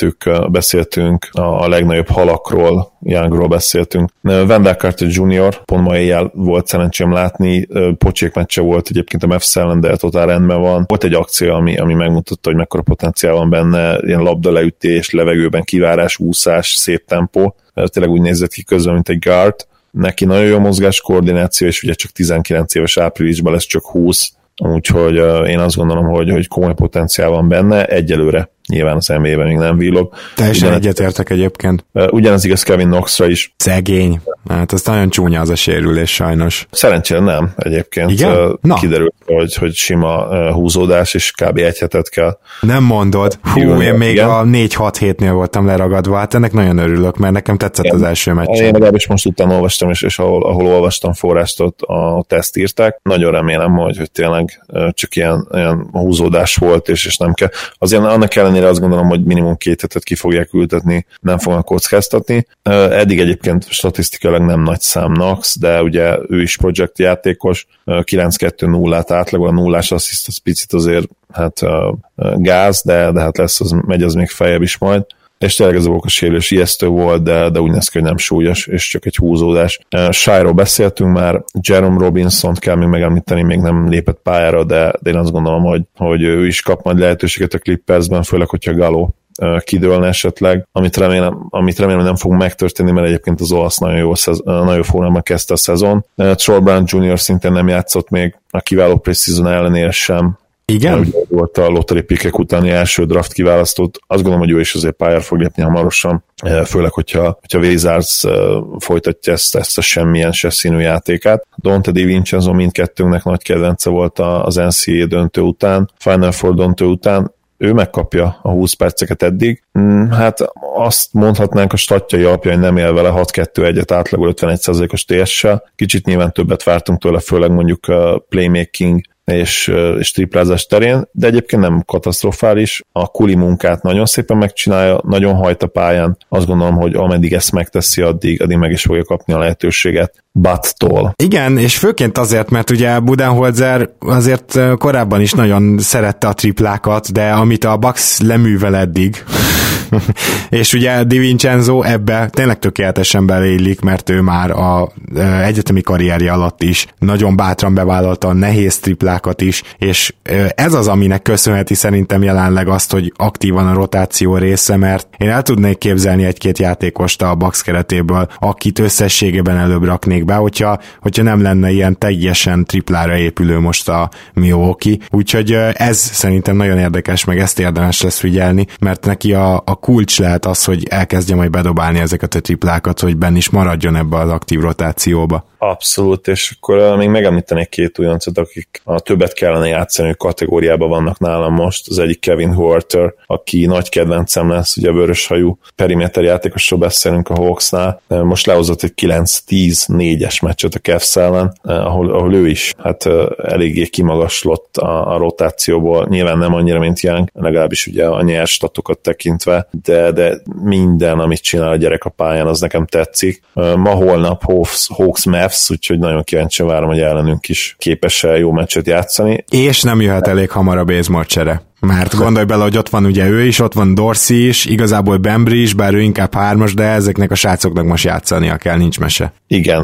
beszéltünk, a legnagyobb halakról, Youngról beszéltünk. Wendell Carter Jr. pont ma éjjel volt szerencsém látni, pocsék meccse volt egyébként a Mavs ellen, de totál rendben van. Volt egy akció, ami megmutatta, hogy mekkora potenciál van benne, ilyen labdaleütés, levegőben kivárás, úszás, szép tempó. Tényleg úgy nézett ki közben, mint egy guard. Neki nagyon jó mozgás koordináció, és ugye csak 19 éves áprilisban lesz csak 20, úgyhogy én azt gondolom, hogy komoly potenciál van benne egyelőre. nyilván az NBA-ben még nem villog.
Teljesen egyetértek egyébként.
Ugyanaz igaz Kevin Knoxra is.
Szegény. Hát az nagyon csúnya az a sérülés sajnos.
Szerencsére nem egyébként.
Igen?
Kiderült, hogy sima húzódás, és kb. Egy hetet kell.
Nem mondod. Én még igen. A 4-6 hétnél voltam leragadva. Hát ennek nagyon örülök, mert nekem tetszett az első meccs.
Én legalábbis most utána olvastam, és ahol olvastam forrást, ott a teszt írták. Nagyon remélem, hogy tényleg csak ilyen húzódás volt, és nem kell. Azért annak ellenére azt gondolom, hogy minimum 2 hetet ki fogják ültetni, nem fognak kockáztatni. Eddig egyébként statisztikailag nem nagy szám Knox, de ugye ő is project játékos, 9-2-0-át átlagol, a nullás assziszt, az picit azért hát gáz, de hát lesz, megy az még feljebb is majd. És tényleg ez a bokas sérülés ijesztő volt, de úgy néz ki, hogy nem súlyos, és csak egy húzódás. Shyról beszéltünk már, Jerome Robinsont kell még megemlíteni, még nem lépett pályára, de én azt gondolom, hogy ő is kap majd lehetőséget a Clippersben, főleg, hogyha Gallo kidőlne esetleg, amit remélem, nem fog megtörténni, mert egyébként az olasz nagyon jó formában kezdte a szezon. Troy Brown Jr. szintén nem játszott még, a kiváló preseason ellenére sem.
Igen?
Volt a lottery pickek utáni első draft kiválasztott. Azt gondolom, hogy ő is azért pályára fog lépni hamarosan, főleg, hogyha Wizards folytatja ezt a semmilyen se színű játékát. Donte DiVincenzo mindkettőnknek nagy kedvence volt az NCAA döntő után, Final Four döntő után. Ő megkapja a 20 perceket eddig. Hát azt mondhatnánk a statjai alapján, hogy nem él vele 6-2-1-et átlagol 51%-os TS-sel. Kicsit nyilván többet vártunk tőle, főleg mondjuk a playmaking és triplázás terén, de egyébként nem katasztrofális. A kuli munkát nagyon szépen megcsinálja, nagyon hajt a pályán. Azt gondolom, hogy ameddig ezt megteszi, addig meg is fogja kapni a lehetőséget Buttól.
Igen, és főként azért, mert ugye Budenholzer azért korábban is nagyon szerette a triplákat, de amit a Bucks leművel eddig, és ugye DiVincenzo ebbe tényleg tökéletesen beleillik, mert ő már a egyetemi karrierje alatt is nagyon bátran bevállalta a nehéz triplákat is, és ez az, aminek köszönheti szerintem jelenleg azt, hogy aktívan a rotáció része, mert én el tudnék képzelni egy-két játékost a Bucks keretéből, akit összességében előbb raknék be, hogyha nem lenne ilyen teljesen triplára épülő most a Milwaukee, úgyhogy ez szerintem nagyon érdekes, meg ezt érdemes lesz figyelni, mert neki a kulcs lehet az, hogy elkezdje majd bedobálni ezeket a triplákat, hogy benn is maradjon ebbe az aktív rotációba.
Abszolút, és akkor még megemlítenék 2 újoncot, akik a többet kellene játszani kategóriában vannak nálam most. Az egyik Kevin Huerter, aki nagy kedvencem lesz, ugye a vöröshajú periméter játékosról beszélünk a Hawksnál. Most lehozott egy 9-10-4-es meccset a Cavs ellen, ahol ő is hát eléggé kimagaslott a rotációból. Nyilván nem annyira, mint Young, legalábbis ugye a nyers statokat tekintve, de minden, amit csinál a gyerek a pályán, az nekem tetszik. Ma holnap Hawks Mavs, úgyhogy nagyon kíváncsian várom, hogy ellenünk is képes-e jó meccset játszani.
És nem jöhet elég hamar a baseball csere. Mert gondolj bele, hogy ott van ugye ő is, ott van Dorsey is, igazából Bembry is, bár ő inkább 3-as, de ezeknek a srácoknak most játszania kell, nincs mese.
Igen,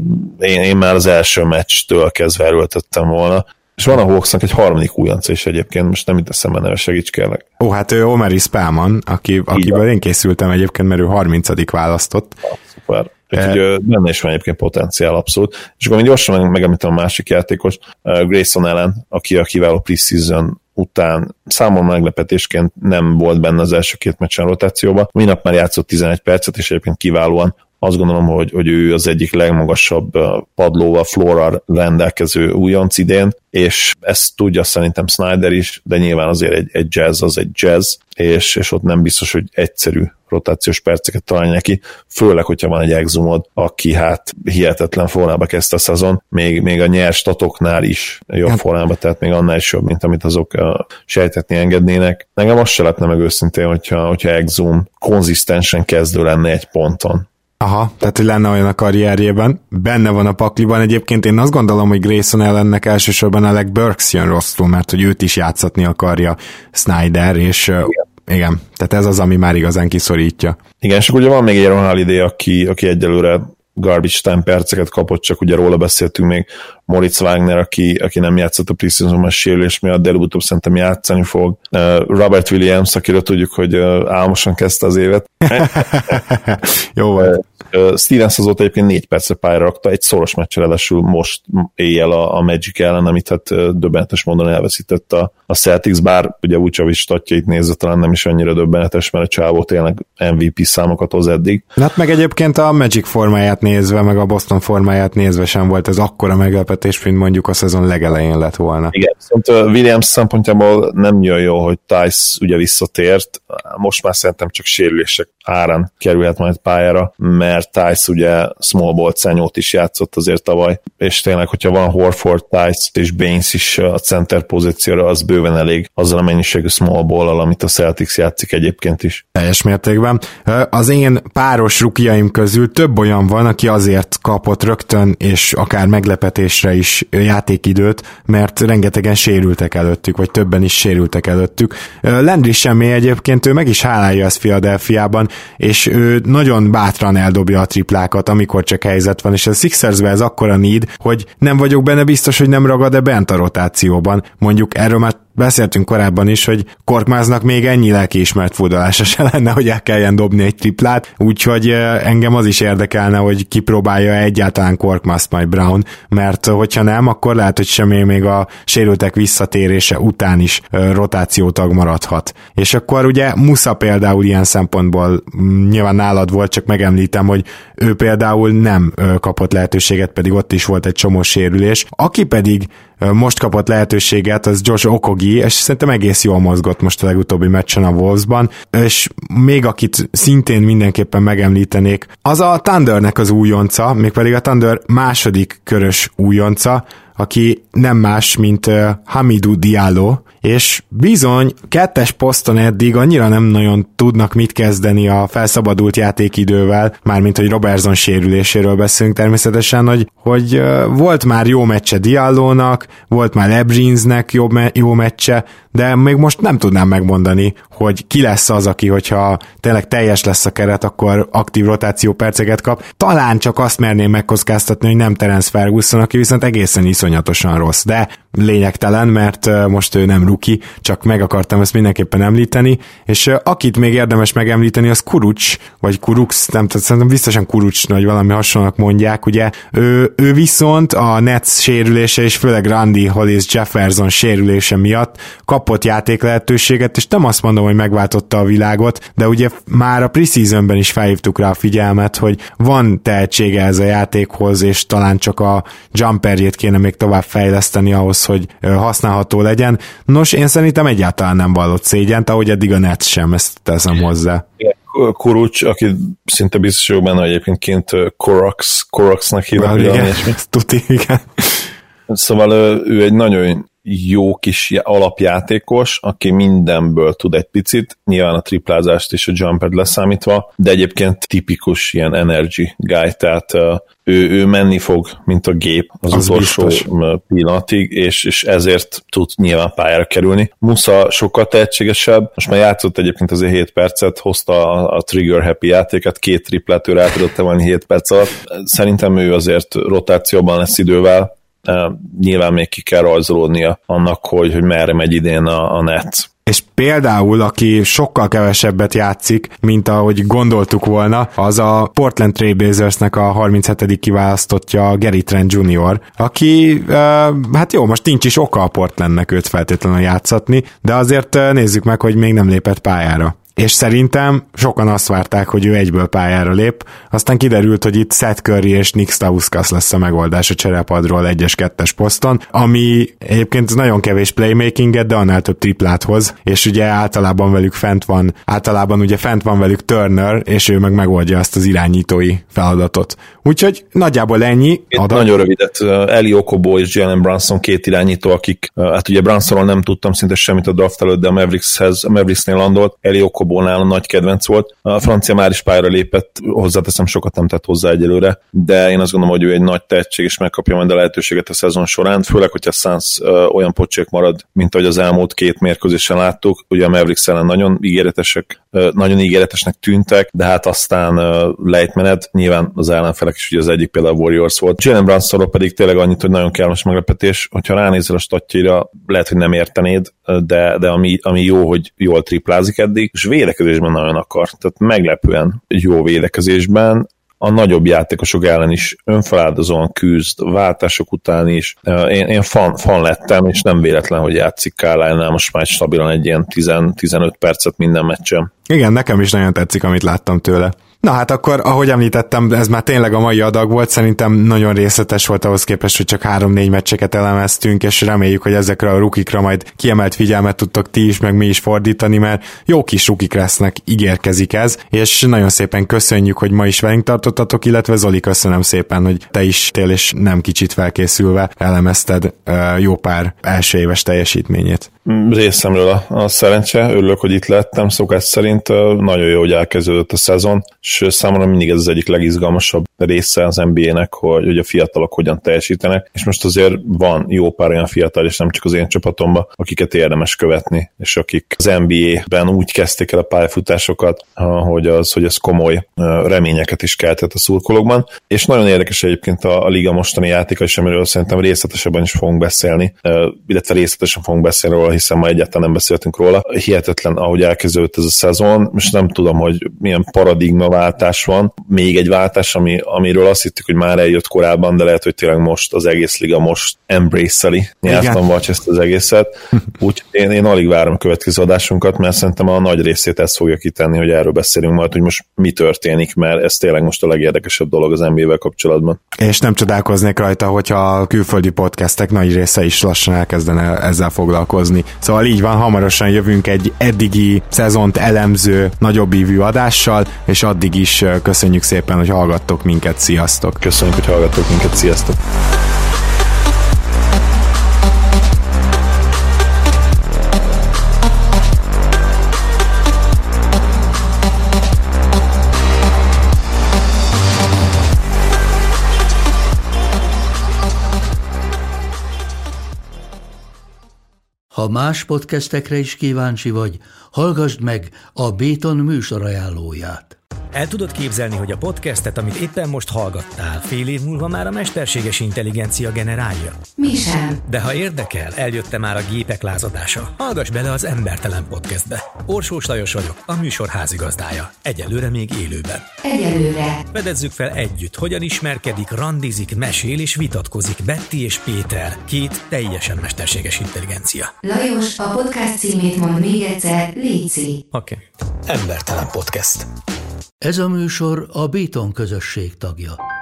én már az első meccstől kezdve erőltettem volna. És van a Hawksnak egy harmadik újonca is egyébként, most nem itt eszembe neve, segíts kérlek.
Hát ő Omari Spellman, akiből én készültem egyébként, mert ő 30. választott.
Szuper. Úgyhogy benne is van egyébként potenciál abszolút. És akkor még gyorsan megemlítem a másik játékos, Grayson Allen, aki a kiváló preseason után számomra meglepetésként nem volt benne az első 2 meccsen rotációban. Minap már játszott 11 percet, és egyébként kiválóan. Azt gondolom, hogy ő az egyik legmagasabb padlóval, flórral rendelkező újonc idén, és ezt tudja szerintem Snyder is, de nyilván azért egy jazz az egy jazz, és ott nem biztos, hogy egyszerű rotációs perceket találni neki, főleg, hogyha van egy exumod, aki hát hihetetlen formába kezdte a szezon, még a nyers statoknál is jobb formába, tehát még annál is jobb, mint amit azok sejtetni engednének. Nekem azt se lehetne meg őszintén, hogyha exum konzisztensen kezdő lenne egy ponton.
Aha, tehát hogy lenne olyan a karrierjében. Benne van a pakliban. Egyébként én azt gondolom, hogy Grayson ellennek elsősorban Alec Burks jön rosszul, mert hogy őt is játszatni akarja Snyder, és igen, tehát ez az, ami már igazán kiszorítja.
Igen, és akkor ugye van még Aaron Holiday, aki egyelőre garbage time perceket kapott, csak ugye róla beszéltünk még Moritz Wagner, aki nem játszott a preseasonban sérülés miatt, de előbb-utóbb szerintem játszani fog. Robert Williams, akiről tudjuk, hogy álmosan kezdte az évet.
Jó volt.
Stevens azóta egyébként 4 percre pályára rakta, egy szoros meccsre ráadásul most éjjel a Magic ellen, amit hát döbbenetes módon elveszített a Celtics, bár ugye Vucevic statjait nézve talán nem is annyira döbbenetes, mert a csávó tényleg MVP számokat hoz eddig.
Hát meg egyébként a Magic formáját nézve, meg a Boston formáját nézve sem volt ez akkora meglepetés, mint mondjuk a szezon legelején lett volna.
Igen, viszont Williams szempontjából nem jön jó, hogy Tice ugye visszatért, most már szerintem csak sérülések árán kerülhet majd pályára, mert Tice ugye small ball cenyót is játszott azért tavaly, és tényleg, hogyha van Horford, Tice és Baines is a center pozícióra, az bőven elég azzal a mennyiségű small ball-al, amit a Celtics játszik egyébként is.
Teljes mértékben. Az én páros rukiaim közül több olyan van, aki azért kapott rögtön, és akár meglepetésre is játékidőt, mert rengetegen sérültek előttük, vagy többen is sérültek előttük. Landry semmi egyébként, ő meg is hálálja ezt Philadelphiában, és ő nagyon bátran eldobja a triplákat, amikor csak helyzet van, és a Sixersben ez akkora need, hogy nem vagyok benne biztos, hogy nem ragad-e bent a rotációban. Mondjuk erről már beszéltünk korábban is, hogy Korkmaznak még ennyi lelkiismert furdalása se lenne, hogy el kelljen dobni egy triplát, úgyhogy engem az is érdekelne, hogy kipróbálja egyáltalán Korkmazt majd Brown, mert hogyha nem, akkor lehet, hogy semmi még a sérültek visszatérése után is rotációtag maradhat. És akkor ugye Musa például ilyen szempontból nyilván nálad volt, csak megemlítem, hogy ő például nem kapott lehetőséget, pedig ott is volt egy csomó sérülés. Aki pedig most kapott lehetőséget, az Josh Okogie, és szerintem egész jól mozgott most a legutóbbi meccsen a Wolvesban, és még akit szintén mindenképpen megemlítenék, az a Thundernek az újonca, mégpedig a Thunder második körös újonca, aki nem más, mint Hamidou Diallo, és bizony 2-es poszton eddig annyira nem nagyon tudnak mit kezdeni a felszabadult játékidővel, mármint hogy Robertson sérüléséről beszélünk természetesen, hogy volt már jó meccse Diallónak, volt már Lebrinznek jó meccse, de még most nem tudnám megmondani, hogy ki lesz az, aki, hogyha tényleg teljes lesz a keret, akkor aktív rotáció perceket kap. Talán csak azt merném megkockáztatni, hogy nem Terence Ferguson, aki viszont egészen iszonyatosan rossz, de lényegtelen, mert most ő nem rookie, csak meg akartam ezt mindenképpen említeni, és akit még érdemes megemlíteni, az Kurucs, vagy Kurux, nem tudom, szerintem biztosan Kurucs, vagy valami hasonlónak mondják, ugye, ő viszont a Nets sérülése, és főleg Randy Hollis Jefferson sérülése miatt kapott játék lehetőséget, és nem azt mondom, hogy megváltotta a világot, de ugye már a preseasonben is felhívtuk rá a figyelmet, hogy van tehetsége ez a játékhoz, és talán csak a jumperjét kéne még tovább fejleszteni ahhoz, hogy használható legyen. Nos, én szerintem egyáltalán nem vallott szégyent, ahogy eddig a Nets sem, ezt teszem hozzá.
Kurucs, aki szinte biztos jó benne, hogy egyébként kint Koraxnak hívnak.
Tuti, igen.
Szóval ő egy nagyon jó kis alapjátékos, aki mindenből tud egy picit, nyilván a triplázást és a jumpert leszámítva, de egyébként tipikus ilyen energy guy, tehát ő menni fog, mint a gép az utolsó pillanatig, és ezért tud nyilván pályára kerülni. Musa sokkal tehetségesebb, most már játszott egyébként azért 7 percet, hozta a trigger happy játéket, 2 triplát ő rá tudott tenni 7 perc alatt. Szerintem ő azért rotációban lesz idővel, nyilván még ki kell rajzolódnia annak, hogy merre megy idén a Nets.
És például, aki sokkal kevesebbet játszik, mint ahogy gondoltuk volna, az a Portland Trail Blazersnek a 37. kiválasztottja Gary Trent Jr., aki, hát jó, most nincs is oka a Portlandnek őt feltétlenül játszatni, de azért nézzük meg, hogy még nem lépett pályára. És szerintem sokan azt várták, hogy ő egyből pályára lép, aztán kiderült, hogy itt Seth Curry és Nick Stauskas lesz a megoldás a cserepadról 1-2-es poszton, ami egyébként nagyon kevés playmakinget, de annál több triplát hoz, és ugye általában ugye fent van velük Turner, és ő meg megoldja azt az irányítói feladatot. Úgyhogy nagyjából ennyi.
Nagyon rövidet, Eli Okobo és Jalen Brunson 2 irányító, akik, hát ugye Brunsonról nem tudtam szinte semmit a draft előtt, de a Mavericksnél landolt, Eli Okobo Bol nála nagy kedvenc volt. A francia már is pályára lépett, hozzáteszem, sokat nem tett hozzá egyelőre, de én azt gondolom, hogy ő egy nagy tehetség, és megkapja majd a lehetőséget a szezon során, főleg, hogyha Suns olyan pocsék marad, mint ahogy az elmúlt 2 mérkőzésen láttuk. Ugye a Mavericks ellen nagyon ígéretesnek tűntek, de hát aztán lejtmenet, nyilván az ellenfelek is, ugye az egyik például a Warriors volt. Jalen Brunsonról pedig tényleg annyit, hogy nagyon kellemes meglepetés, hogyha ránézel a statjaira, lehet, hogy nem értenéd, de ami jó, hogy jól triplázik eddig, és védekezésben nagyon akar. Tehát meglepően jó védekezésben, a nagyobb játékosok ellen is önfeláldozóan küzd, váltások után is. Én fan lettem, és nem véletlen, hogy játszik Carlisle-nál most már stabilan egy ilyen 10-15 percet minden meccsen.
Igen, nekem is nagyon tetszik, amit láttam tőle. Na hát akkor, ahogy említettem, ez már tényleg a mai adag volt, szerintem nagyon részletes volt ahhoz képest, hogy csak 3-4 meccseket elemeztünk, és reméljük, hogy ezekre a rukikra majd kiemelt figyelmet tudtok ti is, meg mi is fordítani, mert jó kis rukik lesznek, ígérkezik ez, és nagyon szépen köszönjük, hogy ma is velünk tartottatok, illetve Zoli, köszönöm szépen, hogy te is tél és nem kicsit felkészülve elemezted jó pár első éves teljesítményét.
Részemről a szerencse, örülök, hogy itt lettem, szokás szerint nagyon jó, hogy elkezdődött a szezon, és számomra mindig ez az egyik legizgalmasabb része az NBA-nek, hogy a fiatalok hogyan teljesítenek, és most azért van jó pár olyan fiatal, és nem csak az én csapatomban, akiket érdemes követni, és akik az NBA-ben úgy kezdték el a pályafutásokat, hogy ez komoly reményeket is keltett a szurkolókban, és nagyon érdekes egyébként a liga mostani játéka, és amiről szerintem részletesebben is fogunk beszélni, illetve részletesen fogunk beszélni róla, hiszen ma egyáltalán nem beszéltünk róla. Hihetetlen, ahogy elkezdődött ez a szezon, most nem tudom, hogy milyen paradigmaváltás van, még egy váltás, amiről azt hittük, hogy már eljött korábban, de lehet, hogy tényleg most az egész liga most embrace-eli nyelvtan vagy ezt az egészet. Úgyhogy én alig várom a következő adásunkat, mert szerintem a nagy részét ezt fogja kitenni, hogy erről beszélünk majd, hogy most mi történik, mert ez tényleg most a legérdekesebb dolog az NBA-vel kapcsolatban.
És nem csodálkoznék rajta, hogyha a külföldi podcastek nagy része is lassan elkezdene ezzel foglalkozni. Szóval így van, hamarosan jövünk egy eddigi szezont elemző, nagyobb ívű adással, és addig is köszönjük szépen, hogy hallgattok minket, sziasztok!
Köszönjük, hogy hallgattok minket, sziasztok!
Ha más podcastekre is kíváncsi vagy, hallgassd meg a Béton műsor ajánlóját.
El tudod képzelni, hogy a podcastet, amit éppen most hallgattál, fél év múlva már a mesterséges intelligencia generálja?
Mi sem.
De ha érdekel, eljött már a gépek lázadása. Hallgass bele az Embertelen Podcastbe. Orsós Lajos vagyok, a műsor házigazdája. Egyelőre még élőben.
Egyelőre.
Fedezzük fel együtt, hogyan ismerkedik, randizik, mesél és vitatkozik Betty és Péter, 2 teljesen mesterséges intelligencia.
Lajos, a podcast címét mondd még egyszer, léci.
Oké. Embertelen Podcast.
Ez a műsor a Béton közösség tagja.